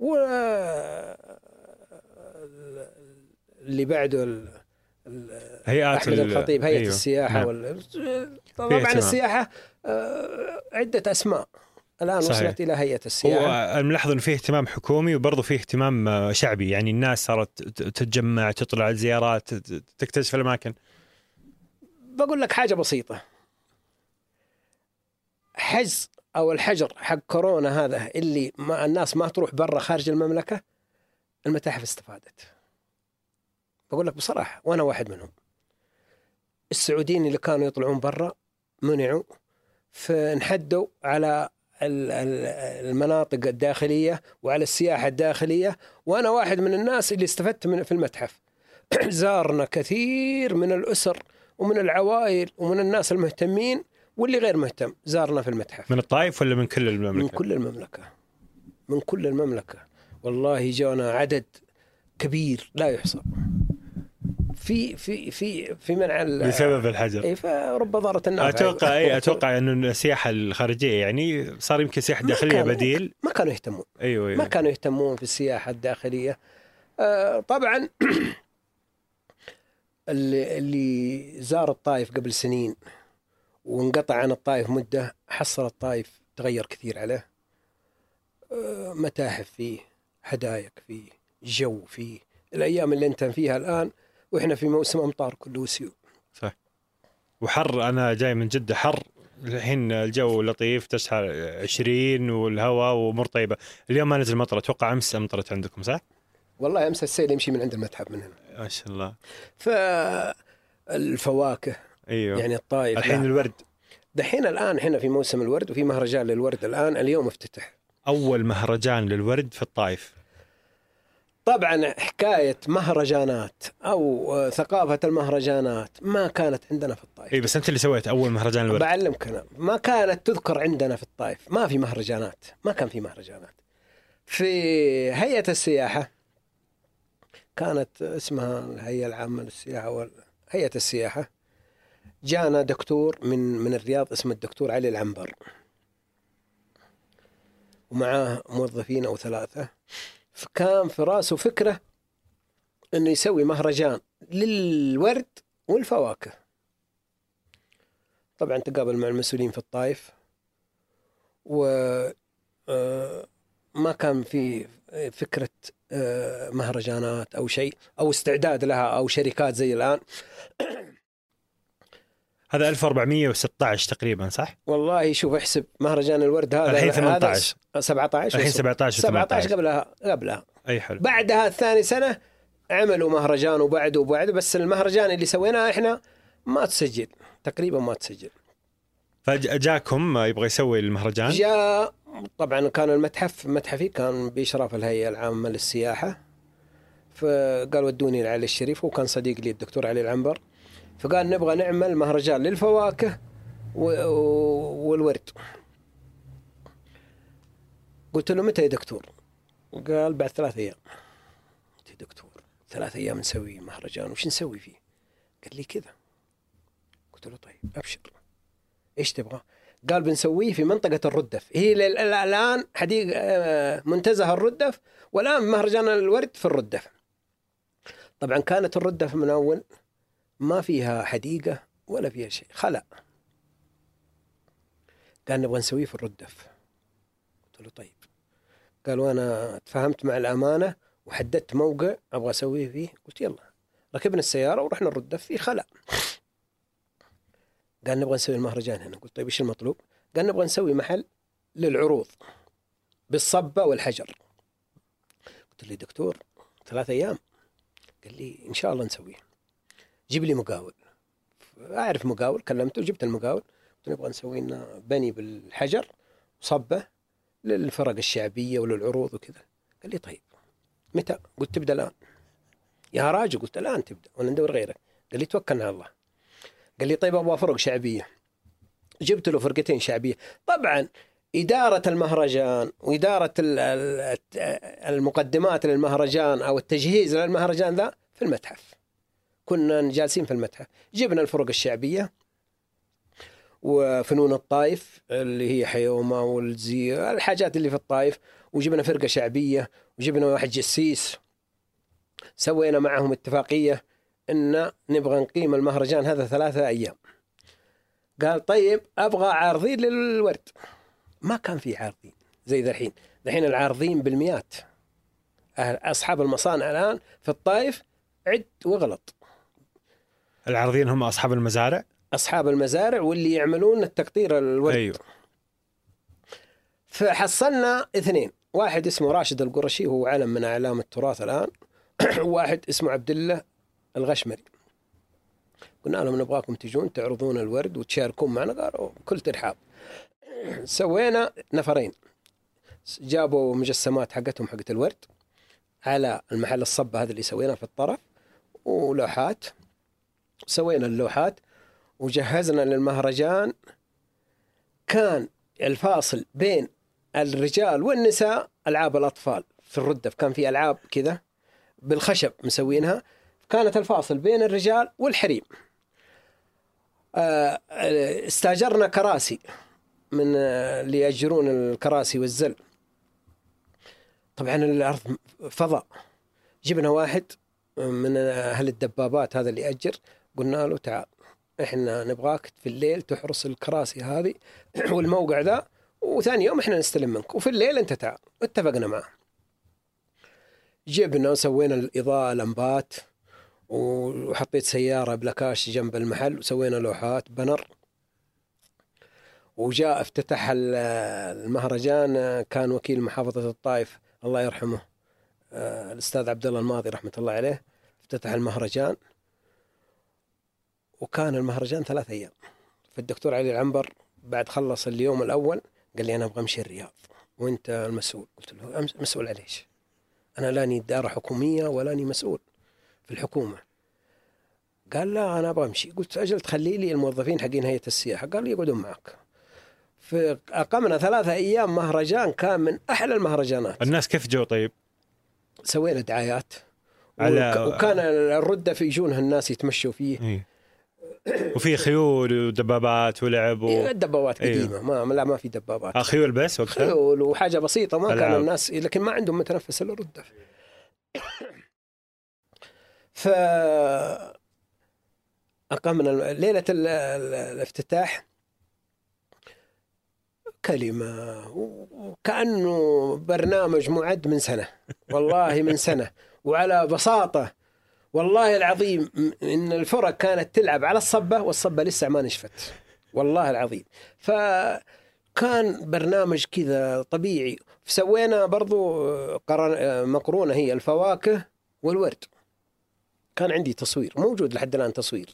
اللي بعده أحمد الخطيب هيئة السياحة طبعا السياحة عدة أسماء الآن وصلت إلى هيئة السياحة.
الملاحظ أنه فيه اهتمام حكومي وبرضه فيه اهتمام شعبي، يعني الناس صارت تتجمع، تطلع على الزيارات، تكتشف الأماكن.
بقول لك حاجة بسيطة، حجز أو الحجر حق كورونا هذا اللي الناس ما تروح برا خارج المملكة، المتاحف استفادت. بقول لك بصراحة وأنا واحد منهم. السعوديين اللي كانوا يطلعون برا منعوا، فنحدوا على المناطق الداخلية وعلى السياحة الداخلية، وأنا واحد من الناس اللي استفدت في المتحف. زارنا كثير من الأسر ومن العوائل ومن الناس المهتمين واللي غير مهتم، زارنا في المتحف.
من الطائف ولا من كل المملكة؟
من كل المملكة، من كل المملكة والله. جانا عدد كبير لا يحصى في منع
بسبب الحجر.
فرب ضارة النافع.
أتوقع أن السياحة الخارجية يعني صار يمكن سياحة داخلية بديل.
ما كانوا يهتمون.
أيوة.
ما كانوا يهتمون في السياحة الداخلية. طبعا اللي زار الطائف قبل سنين وانقطع عن الطائف مدة، حصل الطائف تغير كثير عليه. متاحف فيه، حدائق فيه، جو فيه. الأيام اللي انت فيها الآن وإحنا في موسم أمطار كله وسيول.
صح. وحر، أنا جاي من جدة حر، الحين الجو لطيف، تسحر 20 والهواء وأمور طيبة. اليوم ما نزل مطر، أتوقع أمس أمطرت عندكم صح؟
والله أمس السيل يمشي من عند المتحف من هنا.
ما شاء الله.
فالفواكه.
أيوه.
يعني الطائف
الحين الورد.
دحين الآن إحنا في موسم الورد، وفي مهرجان للورد الآن اليوم افتتح.
أول مهرجان للورد في الطائف.
طبعا حكاية مهرجانات أو ثقافة المهرجانات ما كانت عندنا في الطائف.
بس أنت اللي سويت أول مهرجان للورد.
بعلمك أنا، ما كانت تذكر عندنا في الطائف، ما في مهرجانات، ما كان في مهرجانات. في هيئة السياحة كانت اسمها الهيئة العامة للسياحة هيئة السياحة، جانا دكتور من الرياض اسمه الدكتور علي العنبر، ومعاه موظفين أو 3. فكان في راسه فكرة أنه يسوي مهرجان للورد والفواكه. طبعا تقابل مع المسؤولين في الطائف، وما كان في فكرة مهرجانات أو شيء أو استعداد لها أو شركات زي الآن.
هذا 1416 تقريبا صح؟
والله شوف احسب مهرجان الورد هذا
الحين 18
17
الحين 17
قبلها
أي حلو.
بعدها الثاني سنة عملوا مهرجان وبعده بس المهرجان اللي سويناه احنا ما تسجل تقريبا، ما تسجل.
فجاكم يبغى يسوي المهرجان؟
جاء طبعا كان متحفي كان بإشراف الهيئة العامة للسياحة، فقال ودوني علي الشريف وكان صديق لي الدكتور علي العنبر، فقال نبغى نعمل مهرجان للفواكه والورد. قلت له متى يا دكتور؟ قال بعد 3 أيام. قلت يا دكتور 3 أيام نسوي مهرجان وش نسوي فيه؟ قال لي كذا. قلت له طيب أبشر، إيش تبغى؟ قال بنسويه في منطقة الردف، هي الآن حديقة منتزه الردف، والآن مهرجان الورد في الردف. طبعا كانت الردف من أول ما فيها حديقة ولا فيها شيء، خلأ. قال نبغى نسويه في الردف. قلت له طيب. قال وانا تفاهمت مع الأمانة وحددت موقع أبغى أسويه فيه. قلت يلا، ركبنا السيارة ورحنا الردف في خلأ. قال نبغى نسوي المهرجان هنا. قلت طيب إيش المطلوب؟ قال نبغى نسوي محل للعروض بالصبة والحجر. قلت له دكتور 3 أيام. قال لي إن شاء الله نسويه، جيب لي مقاول. أعرف مقاول، كلمته جبت المقاول، قلت نبغى نسوي لنا بني بالحجر وصبة للفرق الشعبية وللعروض وكذا. قال لي طيب متى؟ قلت تبدأ الآن. يا راجل قلت الآن تبدأ ولا ندور غيرك؟ قال لي توكلنا على الله. قال لي طيب أبغى فرق شعبية. جبت له فرقتين شعبية. طبعا إدارة المهرجان وإدارة المقدمات للمهرجان أو التجهيز للمهرجان ذا في المتحف، كنا جالسين في المتحف. جبنا الفرق الشعبية وفنون الطائف اللي هي حيومة والزي، الحاجات اللي في الطائف، وجبنا فرقة شعبية، وجبنا واحد جسيس. سوينا معهم اتفاقية إن نبغى نقيم المهرجان هذا 3 أيام. قال طيب أبغى عارضين للورد. ما كان في عارضين زي ذا الحين العارضين بالمئات. أصحاب المصانع الآن في الطائف عد وغلط.
العارضين هم أصحاب المزارع؟
أصحاب المزارع واللي يعملون التقطير الورد.
أيوه.
فحصلنا 2، واحد اسمه راشد القرشي وهو علم من أعلام التراث الآن وواحد اسمه عبد الله الغشمري. قلنا لهم نبغاكم تجون تعرضون الورد وتشاركون معنا. قالوا كل ترحاب. سوينا نفرين، جابوا مجسمات حقتهم حقت الورد على المحل الصبة هذا اللي سويناه في الطرف، ولوحات. سوينا اللوحات وجهزنا للمهرجان. كان الفاصل بين الرجال والنساء ألعاب الأطفال في الردف، كان في ألعاب كذا بالخشب مسوينها. كانت الفاصل بين الرجال والحريم. استاجرنا كراسي من اللي يأجرون الكراسي والزل. طبعا الأرض فضاء. جبنا واحد من أهل الدبابات هذا اللي يأجر، قلنا له تعال إحنا نبغاك في الليل تحرس الكراسي هذه والموقع ذا، وثاني يوم إحنا نستلم منك، وفي الليل أنت تعال. اتفقنا معه. جبنا وسوينا الإضاءة لمبات، وحطيت سيارة بلاكاش جنب المحل، وسوينا لوحات بنر. وجاء افتتح المهرجان، كان وكيل محافظة الطائف الله يرحمه الأستاذ عبد الله الماضي رحمة الله عليه، افتتح المهرجان. وكان المهرجان 3 أيام. فالدكتور علي العنبر بعد خلص اليوم الأول قال لي أنا أبغى أمشي الرياض وأنت المسؤول. قلت له مسؤول عليش؟ أنا لاني إدارة حكومية ولاني مسؤول في الحكومة. قال لا أنا أبغى أمشي. قلت أجل تخلي لي الموظفين حقين هيئة السياحة. قال لي يقعدون معك. فأقمنا 3 أيام مهرجان، كان من أحلى المهرجانات.
الناس كيف جو؟ طيب
سوينا دعايات
على
وكان الردة في يجونها الناس يتمشوا فيه.
إيه. وفي خيول ودبابات ولعب
الدبابات قديمة. ما في دبابات.
خيول بس وقتها،
خيول وحاجة بسيطة. ما كان الناس، لكن ما عندهم متنفس إلا الردة. أقمنا ليلة الافتتاح كلمة وكأنه برنامج معد من سنة، والله من سنة، وعلى بساطة. والله العظيم إن الفرق كانت تلعب على الصبة والصبة لسه ما نشفت، والله العظيم. فكان برنامج كذا طبيعي. سوينا برضو مقرونة هي الفواكه والورد. كان عندي تصوير موجود لحد الآن تصوير.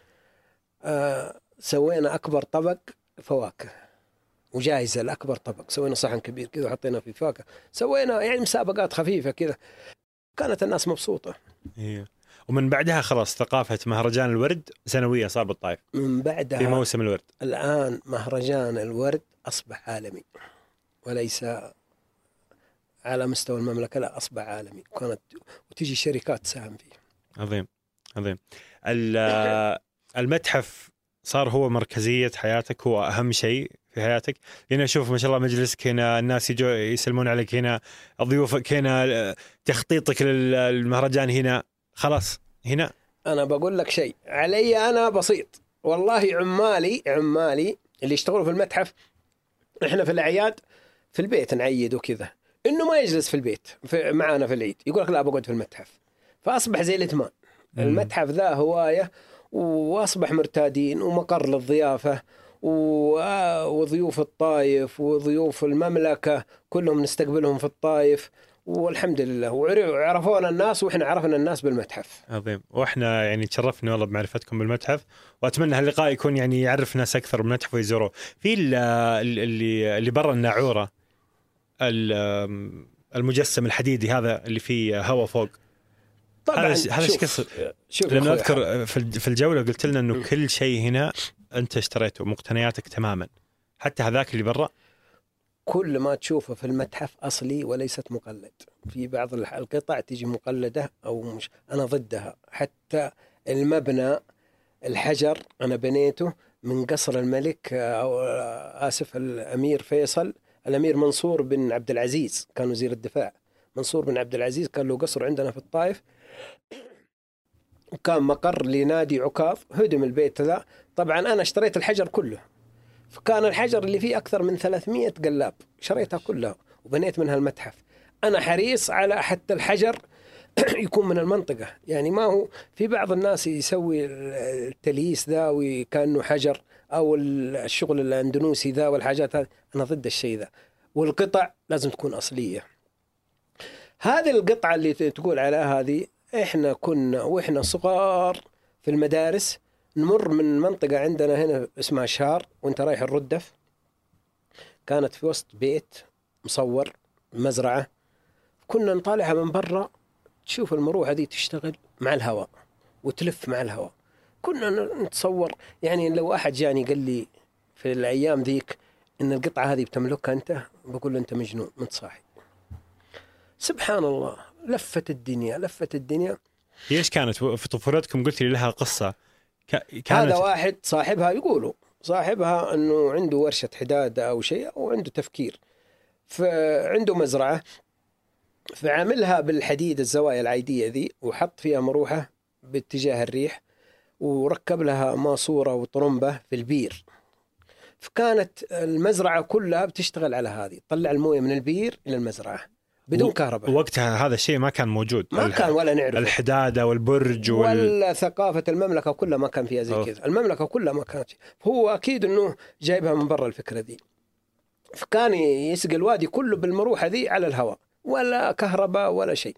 سوينا أكبر طبق فواكه وجائزة لأكبر طبق. سوينا صحن كبير كذا وحطينا فيه فواكه. سوينا يعني مسابقات خفيفة كذا. كانت الناس مبسوطة.
إيه. ومن بعدها خلاص ثقافة مهرجان الورد سنوية صار بالطائف.
من بعدها
في موسم الورد.
الآن مهرجان الورد أصبح عالمي، وليس على مستوى المملكة، لا أصبح عالمي. وتيجي شركات تساهم فيه.
عظيم عظيم. المتحف صار هو مركزية حياتك، هو أهم شيء في حياتك. هنا أشوف ما شاء الله مجلسك هنا، الناس يجوا يسلمون عليك هنا، ضيوفك هنا، تخطيطك للمهرجان هنا، خلاص هنا.
أنا بقول لك شيء علي أنا بسيط والله. عمالي اللي يشتغلوا في المتحف، إحنا في الأعياد في البيت نعيد وكذا، إنه ما يجلس في البيت معانا في العيد، يقول لك لا بقعد في المتحف. فأصبح زي الإتمان. المتحف ذا هواية، وأصبح مرتادين ومقر للضيافة وضيوف الطائف وضيوف المملكة كلهم نستقبلهم في الطائف، والحمد لله. وعرفونا الناس وإحنا عرفنا الناس بالمتحف.
عظيم. وإحنا يعني تشرفنا والله بمعرفتكم بالمتحف، وأتمنى هاللقاء يكون يعني يعرف ناس أكثر بالمتحف ويزوروه. في اللي برا الناعورة، المجسم الحديدي هذا اللي فيه هواء فوق،
طبعا
هذا ايش قصة؟ لأن أذكر في الجولة قلت لنا إنه كل شيء هنا أنت اشتريته، مقتنياتك تماما، حتى هذاك اللي برا.
كل ما تشوفه في المتحف أصلي وليست مقلد. في بعض القطع تيجي مقلدة أو مش، أنا ضدها. حتى المبنى الحجر أنا بنيته من قصر الملك، أو آسف، الأمير فيصل، الأمير منصور بن عبد العزيز كان وزير الدفاع. منصور بن عبد العزيز كان له قصر عندنا في الطائف، وكان مقر لنادي عكاظ. هدم البيت ذا، طبعا أنا اشتريت الحجر كله، فكان الحجر اللي فيه أكثر من 300 قلاب شريتها كلها وبنيت منها المتحف. أنا حريص على حتى الحجر يكون من المنطقة، يعني ما هو في بعض الناس يسوي التلييس ذا وكأنه حجر، أو الشغل الأندونوسي ذا والحاجات هذه. أنا ضد الشيء ذا، والقطع لازم تكون أصلية. هذه القطعة اللي تقول عليها هذه، إحنا كنا وإحنا صغار في المدارس نمر من منطقة عندنا هنا اسمها شار، وانت رايح الردف، كانت في وسط بيت مصور مزرعة. كنا نطالعها من برا، تشوف المروحة دي تشتغل مع الهواء وتلف مع الهواء. كنا نتصور، يعني لو أحد جاني قال لي في الأيام ذيك إن القطعة هذه بتملكها أنت، بقول له أنت مجنون، أنت صاحي. سبحان الله، لفت الدنيا.
ايش كانت في طفولتكم؟ قلت لي لها قصة. كانت
هذا واحد صاحبها، يقولوا صاحبها أنه عنده ورشة حداد أو شيء، أو عنده تفكير، فعنده مزرعة، فعملها بالحديد الزوايا العيدية ذي، وحط فيها مروحة باتجاه الريح، وركب لها ماسورة وطرمبة في البير. فكانت المزرعة كلها بتشتغل على هذه، تطلع الموية من البير إلى المزرعة بدون كهرباء.
وقتها هذا الشيء ما كان موجود،
ما كان ولا نعرف
الحدادة والبرج
ولا ثقافة المملكة كلها ما كان فيها زي كذا. المملكة كلها ما كانت، هو أكيد أنه جايبها من برا الفكرة دي. فكان يسقي الوادي كله بالمروحة ذي على الهواء، ولا كهرباء ولا شيء.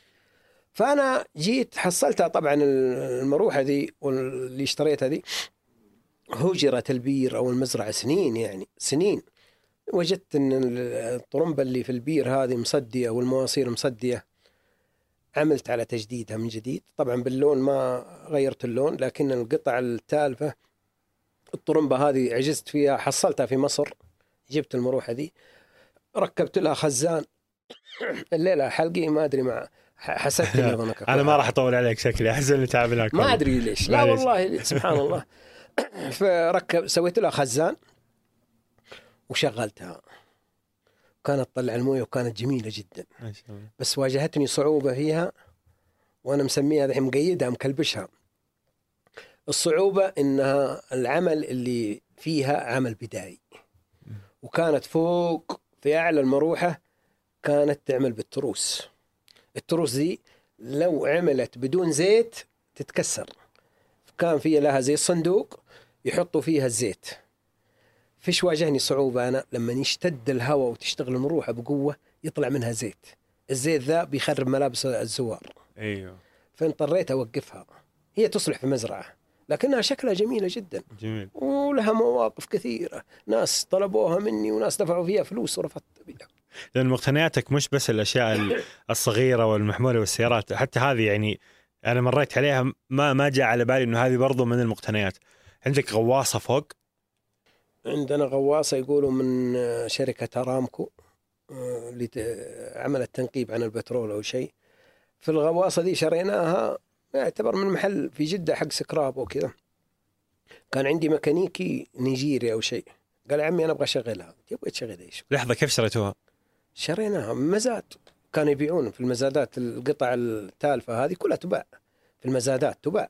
فأنا جيت حصلتها طبعا المروحة ذي واللي اشتريتها ذي، هجرت البير أو المزرعة سنين، يعني سنين. وجدت أن الطرمبة اللي في البير هذه مصدية والمواصير مصدية. عملت على تجديدها من جديد، طبعا باللون ما غيرت اللون، لكن القطع التالفة الطرمبة هذه عجزت فيها. حصلتها في مصر، جبت المروحة ذي، ركبت لها خزان. الليلة حلقي ما أدري، مع حسدت لي ظنك.
أنا ما راح أطول عليك، شكلي أحزن اللي تعبناك،
ما أدري ليش، لا والله سبحان الله. سويت لها خزان وشغلتها، كانت تطلع المويه وكانت جميلة جدا. بس واجهتني صعوبة فيها، وأنا مسميها الحين مقيدها مكلبشها. الصعوبة إنها العمل اللي فيها عمل بدائي، وكانت فوق في أعلى المروحة كانت تعمل بالتروس. التروس دي لو عملت بدون زيت تتكسر. كان فيها لها زي الصندوق يحطوا فيها الزيت. فيش واجهني صعوبة أنا لما يشتد الهواء وتشتغل المروحة بقوة يطلع منها زيت. الزيت ذا بيخرب ملابس الزوار.
أيوه.
فاضطريت أوقفها. هي تصلح في مزرعة، لكنها شكلها جميلة جدا.
جميل.
ولها مواقف كثيرة، ناس طلبوها مني وناس دفعوا فيها فلوس ورفضت بها.
لأن مقتنياتك مش بس الأشياء الصغيرة والمحمولة والسيارات، حتى هذه يعني أنا مريت عليها ما جاء على بالي إنه هذه برضو من المقتنيات. عندك غواصة فوق؟
عندنا غواصة يقولوا من شركة أرامكو اللي عملت تنقيب عن البترول أو شيء. في الغواصة دي شريناها، يعتبر من محل في جدة حق سكراب وكذا. كان عندي ميكانيكي نيجيري أو شيء، قال يا عمي أنا أبغى أشغلها. تبغى تشغل إيش؟
لحظة، كيف شريتوها؟
شريناها من مزاد، كانوا يبيعون في المزادات. القطع التالفة هذه كلها تباع في المزادات، تباع.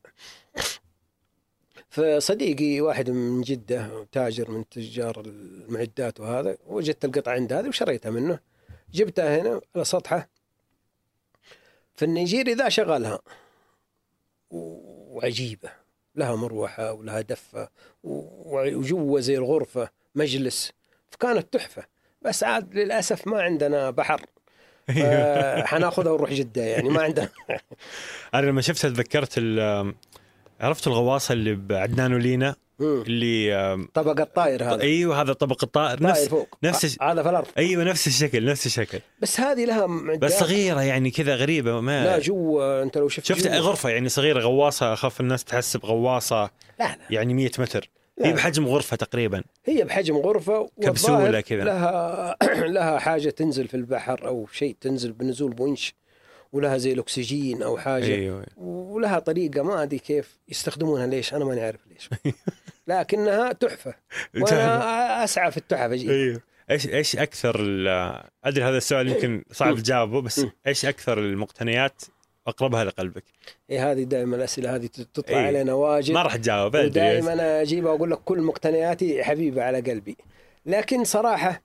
فصديقي واحد من جدة تاجر من تجار المعدات وهذا، وجدت القطعة عند هذه وشريتها منه. جبتها هنا على سطحه في النيجيري ذا، شغلها وعجيبة لها مروحة ولها دفة وجوه زي الغرفة مجلس، فكانت تحفة. بس عاد للأسف ما عندنا بحر، فحناخذها ونروح جدة يعني ما عندنا.
أنا لما شفتها تذكرت عرفت الغواصة اللي بعدنان ولينا اللي
طبق الطائر هذا.
ايوه هذا طبق الطائر، نفس
هذا في الارض.
ايوه نفس الشكل.
بس هذه لها
بس صغيره يعني كذا غريبه. ما
لا جوا انت لو شفت
غرفه يعني صغيره، غواصه اخاف الناس تحسب غواصه.
لا.
يعني 100 متر. لا. هي بحجم غرفه تقريبا.
هي بحجم غرفه
كبسوله كذا.
لها حاجه تنزل في البحر او شيء تنزل بنزول بونش، ولها زي الاكسجين او حاجه.
أيوة.
ولها طريقه ما ادري كيف يستخدمونها، ليش انا ما نعرف ليش. لكنها تحفه وانا اسعى في التحف اجي.
ايوه. ايش اكثر ادري هذا السؤال يمكن صعب تجاوبه، بس ايش اكثر المقتنيات اقربها لقلبك؟
هذه دائما الاسئله هذه تطلع علينا واجد،
ما راح تجاوب.
ودائما انا اجيب واقول لك كل مقتنياتي حبيبه على قلبي. لكن صراحه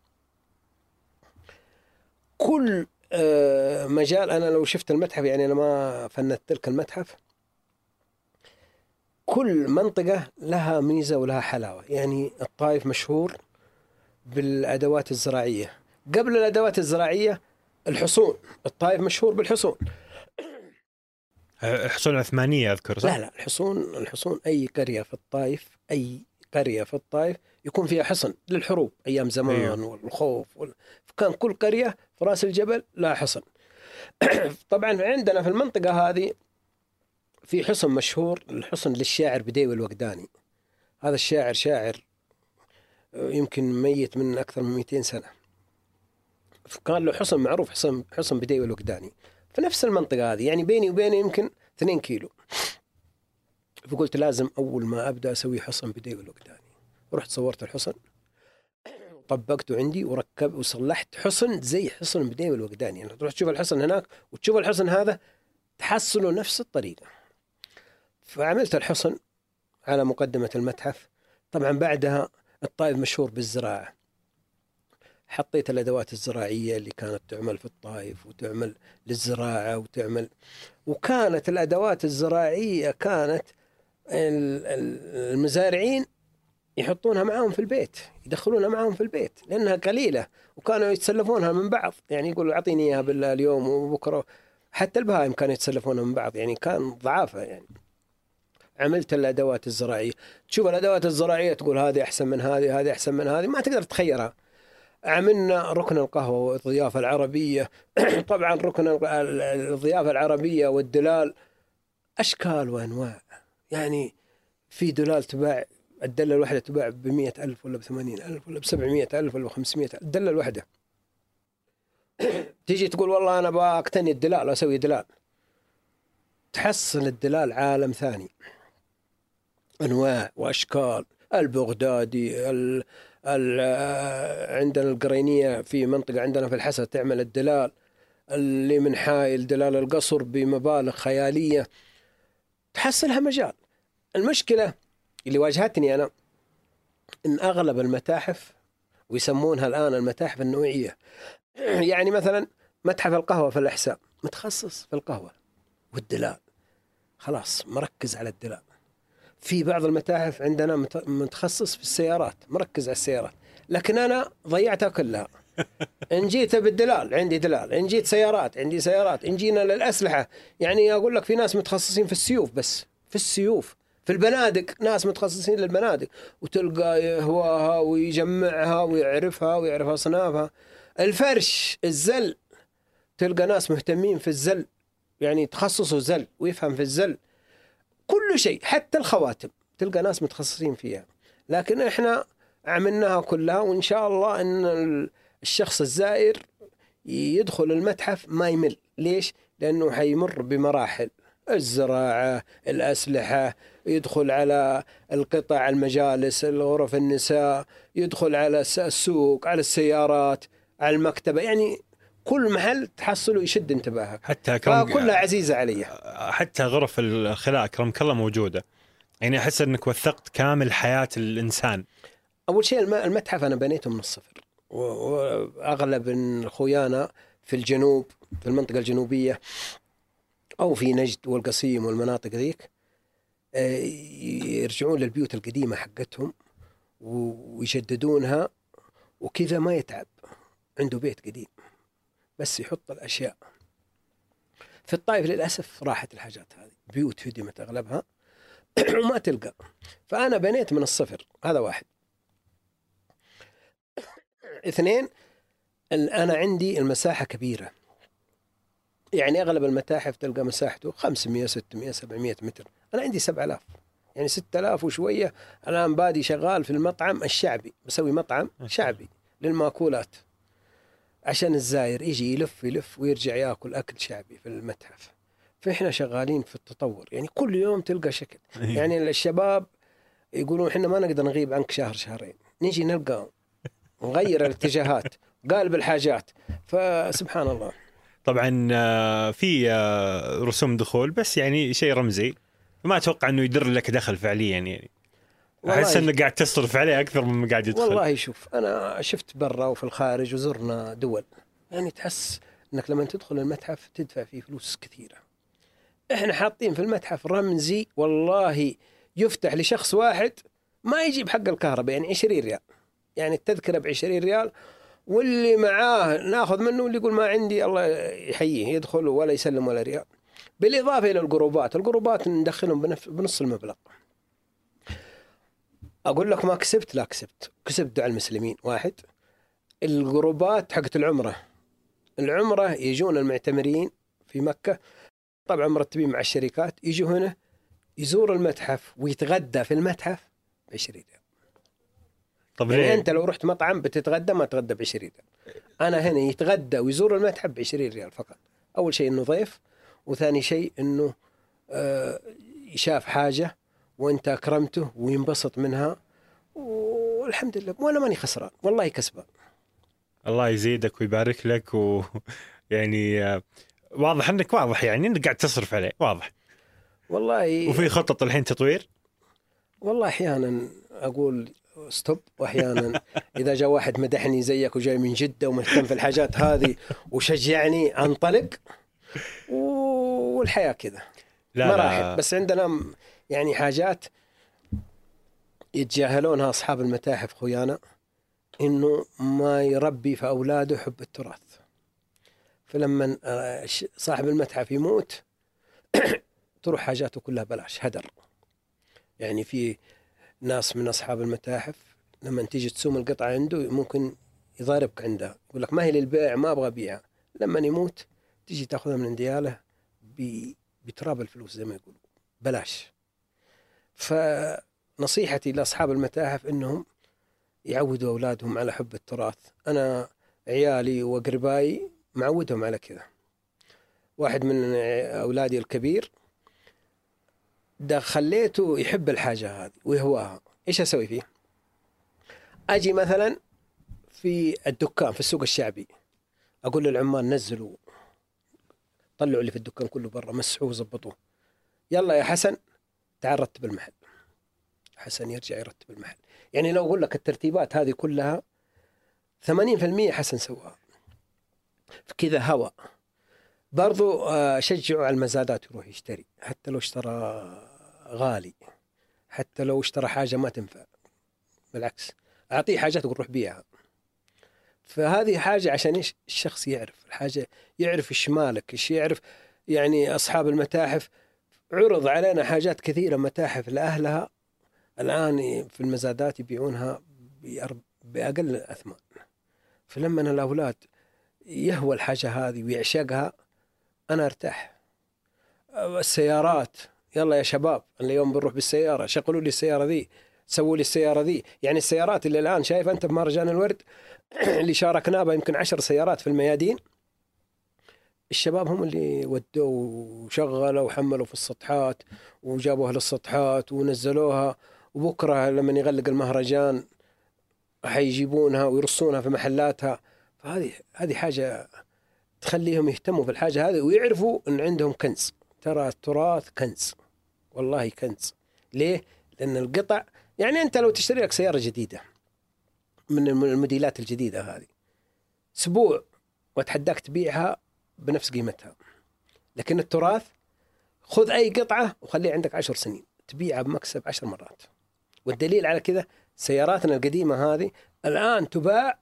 كل مجال، انا لو شفت المتحف يعني انا ما فندت لك المتحف، كل منطقه لها ميزه ولها حلاوه. يعني الطائف مشهور بالادوات الزراعيه، قبل الادوات الزراعيه الحصون. الطائف مشهور بالحصون،
حصون عثمانيه اذكر صح؟
لا الحصون اي قريه في الطائف يكون فيها حصن للحروب ايام زمان. أيوه. والخوف فكان كل قريه في راس الجبل لها حصن. طبعا عندنا في المنطقه هذه في حصن مشهور، الحصن للشاعر بديوي الوقداني. هذا الشاعر شاعر يمكن ميت من أكثر من 200 سنة، فكان له حصن معروف، حصن بديوي الوقداني في نفس المنطقة هذه، يعني بيني وبينه يمكن 2 كيلو. فقلت لازم أول ما أبدأ أسوي حصن بديوي الوقداني. ورحت صورت الحصن طبقته عندي وركب وصلحت حصن زي حصن بديوي الوقداني. يعني تروح تشوف الحصن هناك وتشوف الحصن هذا تحصله نفس الطريقة. فعملت الحصن على مقدمة المتحف. طبعا بعدها الطائف مشهور بالزراعة، حطيت الأدوات الزراعية اللي كانت تعمل في الطائف وتعمل للزراعة وكانت الأدوات الزراعية كانت المزارعين يحطونها معهم في البيت، يدخلونها معهم في البيت لأنها قليلة، وكانوا يتسلفونها من بعض. يعني يقولوا أعطيني إياها اليوم وبكرة. حتى البهائم كانوا يتسلفونها من بعض، يعني كان ضعافة. يعني عملت الأدوات الزراعية، تشوف الأدوات الزراعية تقول هذه أحسن من هذه أحسن من هذه، ما تقدر تخيرها. عملنا ركن القهوة والضيافة العربية. طبعا ركن الضيافة العربية والدلال أشكال وأنواع. يعني في دلال تباع، الدلة الواحدة تباع ب100,000 ولا ب80,000 ولا ب700,000 ولا ب500,000 الدلة الواحدة. تيجي تقول والله أنا بأقتني الدلال وأسوي دلال، تحصل الدلال عالم ثاني، أنواع وأشكال. البغدادي عندنا القرينية في منطقة عندنا في الحسا تعمل الدلال اللي من حائل دلال القصر بمبالغ خيالية، تحصلها مجال. المشكلة اللي واجهتني أنا إن أغلب المتاحف، ويسمونها الآن المتاحف النوعية، يعني مثلا متحف القهوة في الأحساء متخصص في القهوة والدلال، خلاص مركز على الدلال. في بعض المتاحف عندنا متخصص في السيارات، مركز على السيارات، لكن أنا ضيعتها كلها. إن جيت بالدلال عندي دلال، إن جيت سيارات عندي سيارات، إن جينا للأسلحة يعني أقول لك في ناس متخصصين في السيوف، بس في السيوف. في البنادق ناس متخصصين للبنادق، وتلقى يهواها ويجمعها ويعرفها ويعرف أصنافها. الفرش الزل تلقى ناس مهتمين في الزل، يعني تخصصوا زل ويفهم في الزل. كل شيء حتى الخواتم تلقى ناس متخصصين فيها. لكن احنا عملناها كلها، وإن شاء الله أن الشخص الزائر يدخل المتحف ما يمل. ليش؟ لأنه حيمر بمراحل: الزراعة، الأسلحة، يدخل على القطع، المجالس، الغرف النساء، يدخل على السوق، على السيارات، على المكتبة. يعني كل محل تحصله يشد انتباهك،
حتى
كلها عزيزة علي.
حتى غرف الخلاء أكرمك الله موجودة، يعني أحس أنك وثقت كامل حياة الإنسان.
أول شيء المتحف أنا بنيته من الصفر، وأغلب أخويانا في الجنوب، في المنطقة الجنوبية أو في نجد والقصيم والمناطق ذيك، يرجعون للبيوت القديمة حقتهم ويجددونها، وكذا ما يتعب، عنده بيت قديم بس يحط الأشياء. في الطائف للأسف راحت الحاجات هذه، بيوت هدمت أغلبها وما تلقى. فأنا بنيت من الصفر، هذا واحد. 2، أنا عندي المساحة كبيرة، يعني أغلب المتاحف تلقى مساحته 500 600 700 متر، أنا عندي 7000، يعني 6000 وشوية. الآن بادي شغال في المطعم الشعبي، بسوي مطعم شعبي للمأكولات عشان الزائر يجي يلف ويرجع يأكل أكل شعبي في المتحف. فإحنا شغالين في التطور، يعني كل يوم تلقى شكل. يعني الشباب يقولون إحنا ما نقدر نغيب عنك شهر شهرين، نيجي نلقى نغير الاتجاهات، قالب الحاجات. فسبحان الله.
طبعا في رسوم دخول، بس يعني شيء رمزي، ما أتوقع أنه يدر لك دخل فعليا. يعني أحس أنك قاعد تصرف عليه أكثر مما قاعد يدخل.
والله شوف، أنا شفت برا وفي الخارج وزرنا دول، يعني تحس أنك لما تدخل المتحف تدفع فيه فلوس كثيرة. إحنا حاطين في المتحف رمزي والله يفتح لشخص واحد ما يجيب حق الكهرباء، يعني 20 ريال، يعني التذكرة ب20 ريال، واللي معاه ناخذ منه، واللي يقول ما عندي الله يحييه يدخل ولا يسلم ولا ريال. بالإضافة إلى الجروبات ندخلهم بنص المبلغ. أقول لك ما كسبت، لا كسبت دعاء المسلمين. واحد، الجروبات حقت العمرة يجون المعتمرين في مكة، طبعا مرتبين مع الشركات، يجوا هنا يزور المتحف ويتغدى في المتحف ب20 ريال.
طب
يعني
ليه؟
أنت لو رحت مطعم بتتغدى ما تغدى ب20 ريال، أنا هنا يتغدى ويزور المتحف ب20 ريال فقط. أول شيء إنه ضيف، وثاني شيء إنه يشاف حاجة وأنت أكرمته وينبسط منها، والحمد لله وأنا ماني خسران، والله كسبان.
الله يزيدك ويبارك لك يعني واضح أنك يعني أنك قاعد تصرف عليه، واضح
والله.
وفي خطط الحين تطوير.
والله أحيانا أقول ستوب، وأحيانا إذا جاء واحد مدحني زيك وجاي من جدة ومهتم في الحاجات هذه وشجعني أنطلق، والحياة كذا مراحل. بس عندنا يعني حاجات يتجاهلونها أصحاب المتاحف خويانا، إنه ما يربي في أولاده حب التراث. فلما صاحب المتحف يموت تروح حاجاته كلها بلاش، هدر. يعني في ناس من أصحاب المتاحف لما تيجي تسوم القطعة عنده ممكن يضاربك عندها، يقول لك ما هي للبيع، ما أبغى أبيعها. لما يموت تيجي تأخذها من دياله بتراب الفلوس زي ما يقولوا، بلاش. فنصيحتي لأصحاب المتاحف إنهم يعودوا أولادهم على حب التراث. أنا عيالي وقربائي معودهم على كذا. واحد من أولادي الكبير ده خليته يحب الحاجة هذه ويهواها. إيش أسوي فيه؟ أجي مثلا في الدكان في السوق الشعبي، أقول للعمال نزلوا طلعوا اللي في الدكان كله برا، مسحوه وزبطوه، يلا يا حسن تعال رتب المحل. حسن يرجع يرتب المحل. يعني لو أقول لك الترتيبات هذه كلها 80% حسن سواها. كذا هوا. برضو شجعوا على المزادات، يروح يشتري حتى لو اشترى غالي، حتى لو اشترى حاجة ما تنفع، بالعكس أعطيه حاجات أقول روح بيعها. فهذه حاجة عشان إيش الشخص يعرف الحاجة، يعرف إيش مالك، إيش يعرف. يعني أصحاب المتاحف عرض علينا حاجات كثيرة، متاحف لأهلها الآن في المزادات يبيعونها بأقل أثمان. فلما الأولاد يهوى الحاجة هذه ويعشقها أنا أرتاح. السيارات، يلا يا شباب اليوم بنروح بالسيارة، شغلوا لي السيارة ذي، سووا لي السيارة ذي. يعني السيارات اللي الآن شايف أنت بمهرجان الورد اللي شاركنا بها يمكن 10 سيارات في الميادين، الشباب هم اللي ودوا وشغلوا وحملوا في السطحات وجابوها للسطحات ونزلوها، وبكرة لما يغلق المهرجان حيجيبونها ويرصونها في محلاتها. فهذه حاجة تخليهم يهتموا بالحاجة هذه ويعرفوا أن عندهم كنز. ترى التراث كنز، والله كنز. ليه؟ لأن القطع، يعني أنت لو تشتري لك سيارة جديدة من الموديلات الجديدة هذه أسبوع وتحداك تبيعها بنفس قيمتها، لكن التراث خذ أي قطعة وخليه عندك 10 سنين تبيعها بمكسب 10 مرات. والدليل على كذا سياراتنا القديمة هذه الآن تباع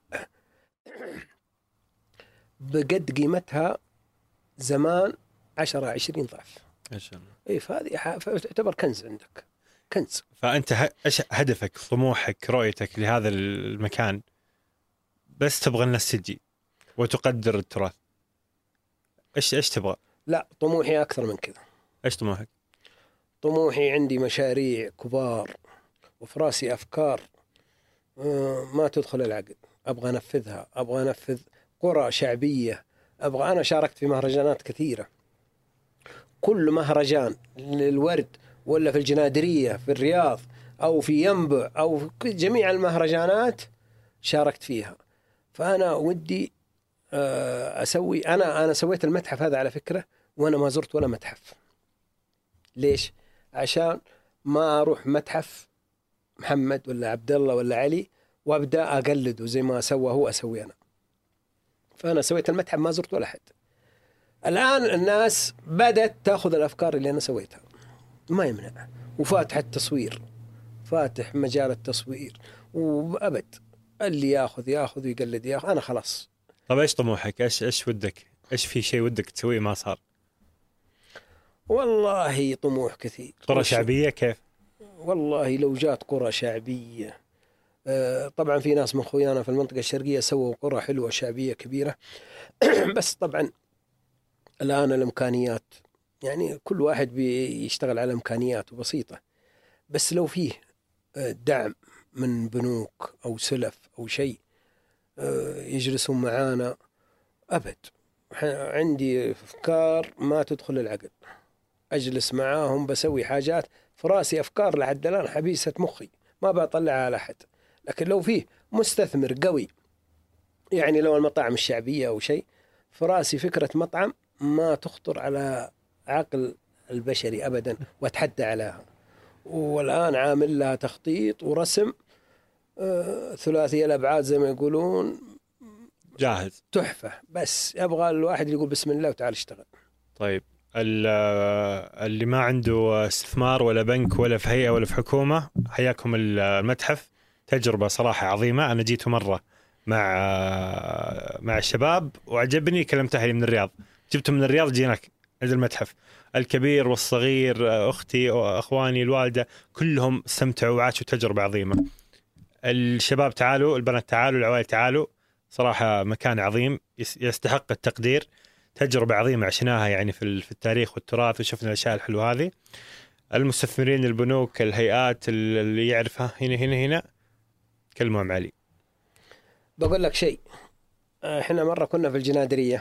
بقد قيمتها زمان 10-20 ضعف.
ما شاء الله.
إيه، فهذه تعتبر كنز عندك، كنز.
فأنت إيش هدفك، طموحك، رؤيتك لهذا المكان؟ بس تبغى الناس تجي وتقدر التراث؟ إيش تبغى؟
لا، طموحي أكثر من كذا.
إيش طموحك؟
طموحي عندي مشاريع كبار وفي راسي أفكار ما تدخل العقل، أبغى أنفذها. أبغى أنفذ قرى شعبية. أنا شاركت في مهرجانات كثيرة، كل مهرجان للورد ولا في الجنادرية في الرياض أو في ينبع أو في جميع المهرجانات شاركت فيها. فأنا ودي أسوي. أنا سويت المتحف هذا على فكرة وأنا ما زرت ولا متحف. ليش؟ عشان ما أروح متحف محمد ولا عبد الله ولا علي وأبدأ أقلده زي ما سوى هو أسوي أنا. فأنا سويت المتحف ما زرت ولا حد. الآن الناس بدأت تأخذ الأفكار اللي أنا سويتها، ما يمنع، وفاتح التصوير، فاتح مجال التصوير، وأبد اللي ياخذ ويقلد ياخذ. أنا خلاص.
طب إيش طموحك؟ إيش ودك؟ إيش في شيء ودك تسويه ما صار؟
والله طموح كثير.
قرى شعبية كيف؟
والله لو جات قرى شعبية، طبعا في ناس من خويانا في المنطقة الشرقية سووا قرى حلوة شعبية كبيرة بس طبعا الآن الإمكانيات، يعني كل واحد بيشتغل على إمكانياته بسيطة. بس لو فيه دعم من بنوك أو سلف أو شيء يجلسون معانا، أبد. عندي أفكار ما تدخل العقل، أجلس معاهم بسوي حاجات في راسي، أفكار لحد الآن حبيسة مخي ما بطلعها على أحد. لكن لو فيه مستثمر قوي، يعني لو المطاعم الشعبية أو شيء، في راسي فكرة مطعم ما تخطر على عقل البشري أبدا وأتحدى عليها. والآن عامل لها تخطيط ورسم ثلاثي الأبعاد زي ما يقولون،
جاهز،
تحفة. بس يبغى الواحد يقول بسم الله وتعال اشتغل.
طيب اللي ما عنده استثمار ولا بنك ولا في هيئة ولا في حكومة، حياكم المتحف. تجربة صراحة عظيمة. أنا جيت مرة مع الشباب وعجبني. كلمت أهلي من الرياض، جبتهم من الرياض جيناك عند المتحف. الكبير والصغير، أختي وأخواني الوالدة، كلهم استمتعوا وعاشوا تجربة عظيمة. الشباب تعالوا، البنات تعالوا، العوائل تعالوا. صراحة مكان عظيم يستحق التقدير. تجربة عظيمة عشناها يعني في التاريخ والتراث، وشفنا الأشياء الحلوة هذه. المستثمرين، البنوك، الهيئات اللي يعرفها هنا كلمهم علي.
بقول لك شيء، احنا مرة كنا في الجنادرية،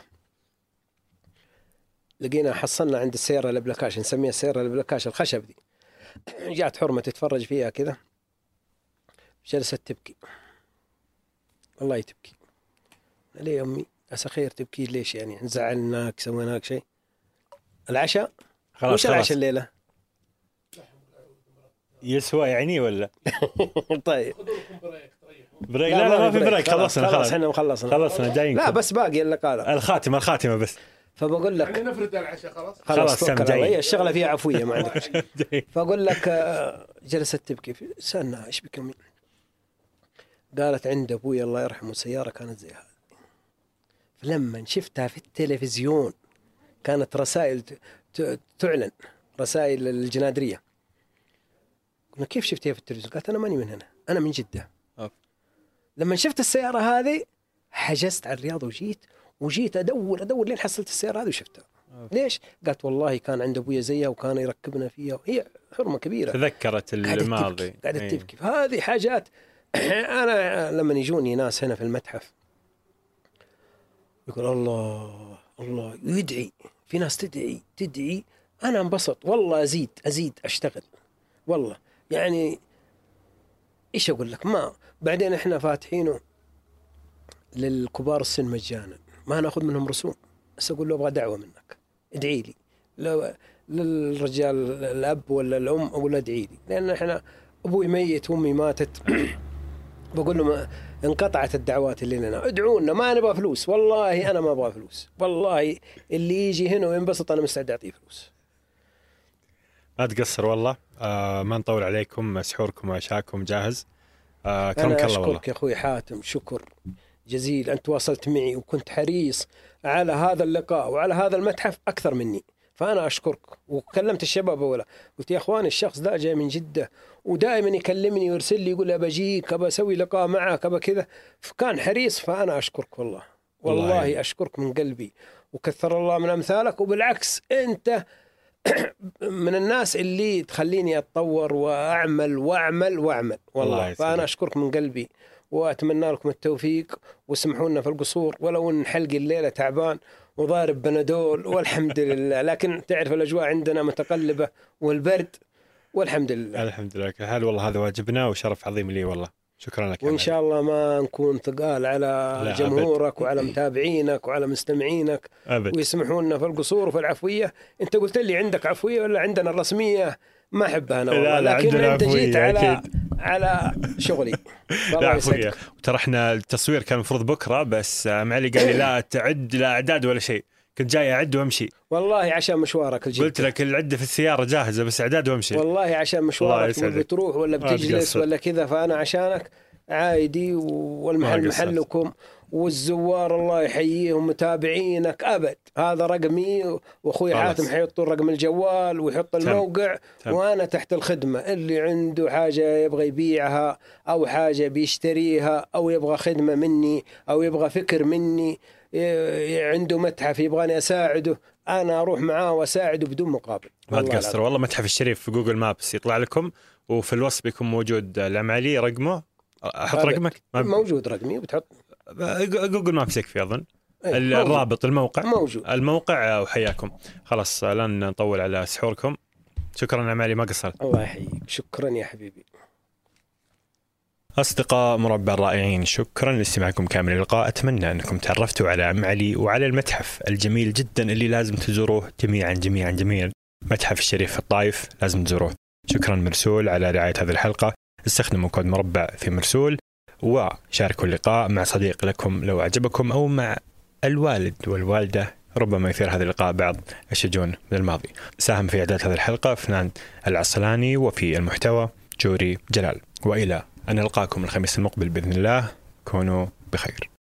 لقينا حصلنا عند السيارة البلاكاش، نسميها السيارة البلاكاش الخشب دي. جاءت حرمة تتفرج فيها كذا، جلست تبكي، والله تبكي. ليه يا أمي؟ عسى خير تبكي ليش؟ يعني نزعلناك سويناك شيء؟ العشاء خلاص العشاء الليلة
يسوى يعني ولا
طيب
بريك؟ لا ما في بريك، خلصنا
احنا
خلصنا جايين.
لا بس باقي اللي قال
الخاتمة بس.
فبقول لك
يعني نفرد العشاء
خلاص هي الشغلة فيها عفوية ما عندك. فأقول لك جلست تبكي، سألنا إيش بك أمي؟ قالت عند أبوي الله يرحمه سيارة كانت زي هذه، فلما شفتها في التلفزيون كانت رسائل تعلن، رسائل الجنادرية. قلنا كيف شفتها في التلفزيون؟ قالت أنا ماني من هنا، أنا من جدة. لما شفت السيارة هذه حجزت على الرياض وجيت أدور لين حصلت السيارة هذه وشفتها. ليش؟ قالت والله كان عند أبويا زيها وكان يركبنا فيها، هي حرمة كبيرة،
تذكرت الماضي،
قاعدة تبكي. فهذه حاجات. أنا لما يجوني ناس هنا في المتحف يقول الله يدعي، في ناس تدعي، أنا انبسط والله، أزيد أشتغل والله. يعني إيش أقول لك؟ ما بعدين إحنا فاتحينه للكبار السن مجانا، ما ناخذ منهم رسوم، بس أقول له أبغى دعوة منك، ادعي لي. للرجال الأب ولا الأم أقول له ادعي لي، لأن إحنا أبوي ميت وأمي ماتت بقول له انقطعت الدعوات اللي لنا، ادعونا، ما نبغى فلوس، والله أنا ما أبغى فلوس، والله اللي يجي هنا وينبسط أنا مستعد أعطيه فلوس.
ما تقصر والله. ما نطول عليكم، سحوركم وعشاكم جاهز. كرمك
أنا
الله والله.
أشكرك يا أخوي حاتم، شكر جزيل. أنت واصلت معي وكنت حريص على هذا اللقاء وعلى هذا المتحف أكثر مني، فأنا أشكرك. وكلمت الشباب أولا، قلت يا أخوان الشخص ده جاي من جدة ودائما يكلمني ويرسل لي يقول أبى أجيك، أبى أسوي لقاء معك، أبى كذا، فكان حريص. فأنا أشكرك والله، والله أشكرك من قلبي، وكثر الله من أمثالك. وبالعكس أنت من الناس اللي تخليني أتطور وأعمل وأعمل وأعمل والله. فأنا أشكرك من قلبي وأتمنى لكم التوفيق. واسمحوا لنا في القصور، ولو أن حلقي الليلة تعبان وضارب بنادول والحمد لله، لكن تعرف الأجواء عندنا متقلبة والبرد والحمد لله.
الحمد لله كل حال، والله هذا واجبنا وشرف عظيم لي والله. شكرا لك.
وإن شاء الله ما نكون ثقال على جمهورك وعلى متابعينك وعلى مستمعينك أبد. ويسمحوا لنا في القصور وفي العفوية. أنت قلت لي عندك عفوية ولا عندنا الرسمية؟ ما أحبها أنا والله.
لا
لكن أنت جيت
أكيد.
على شغلي.
لا عفوية. وترى احنا التصوير كان المفروض بكرة، بس معلي قال لي لا تعد لا أعداد ولا شيء. كنت جاي أعد وأمشي
والله عشان مشوارك الجديد.
قلت لك العدة في السيارة جاهزة، بس أعداد وأمشي
والله عشان مشوارك بتروح ولا بتجلس ولا كذا، فأنا عشانك عادي. والمحل محلكم، والزوار الله يحييهم متابعينك أبد. هذا رقمي، وأخوي حاتم حيحط رقم الجوال ويحط الموقع. وأنا تحت الخدمة. اللي عنده حاجة يبغى يبيعها أو حاجة بيشتريها أو يبغى خدمة مني أو يبغى فكر مني، عنده متحف يبغاني أساعده، أنا أروح معاه وأساعده بدون مقابل.
ما تقصر والله. متحف الشريف في جوجل مابس يطلع لكم، وفي الوصف بيكون موجود العمالي رقمه. أحط رقمك؟
موجود رقمي، وبتحط
جوجل مابس يكفي أظن. الرابط الموقع
موجود.
الموقع. وحياكم. خلاص لن نطول على سحوركم. شكرا عمالي، ما قصرت.
الله يحييك. شكرا يا حبيبي.
أصدقاء مربع الرائعين، شكرا لاستماعكم كامل اللقاء. أتمنى أنكم تعرفتوا على عم علي وعلى المتحف الجميل جدا اللي لازم تزوروه جميعا. متحف الشريف في الطائف لازم تزوروه. شكرا مرسول على رعاية هذه الحلقة. استخدموا كود مربع في مرسول، وشاركوا اللقاء مع صديق لكم لو أعجبكم، أو مع الوالد والوالدة، ربما يثير هذا اللقاء بعض الشجون من الماضي. ساهم في إعداد هذه الحلقة فنان العسلاني، وفي المحتوى جوري جلال. وإلى أن نلقاكم الخميس المقبل بإذن الله، كونوا بخير.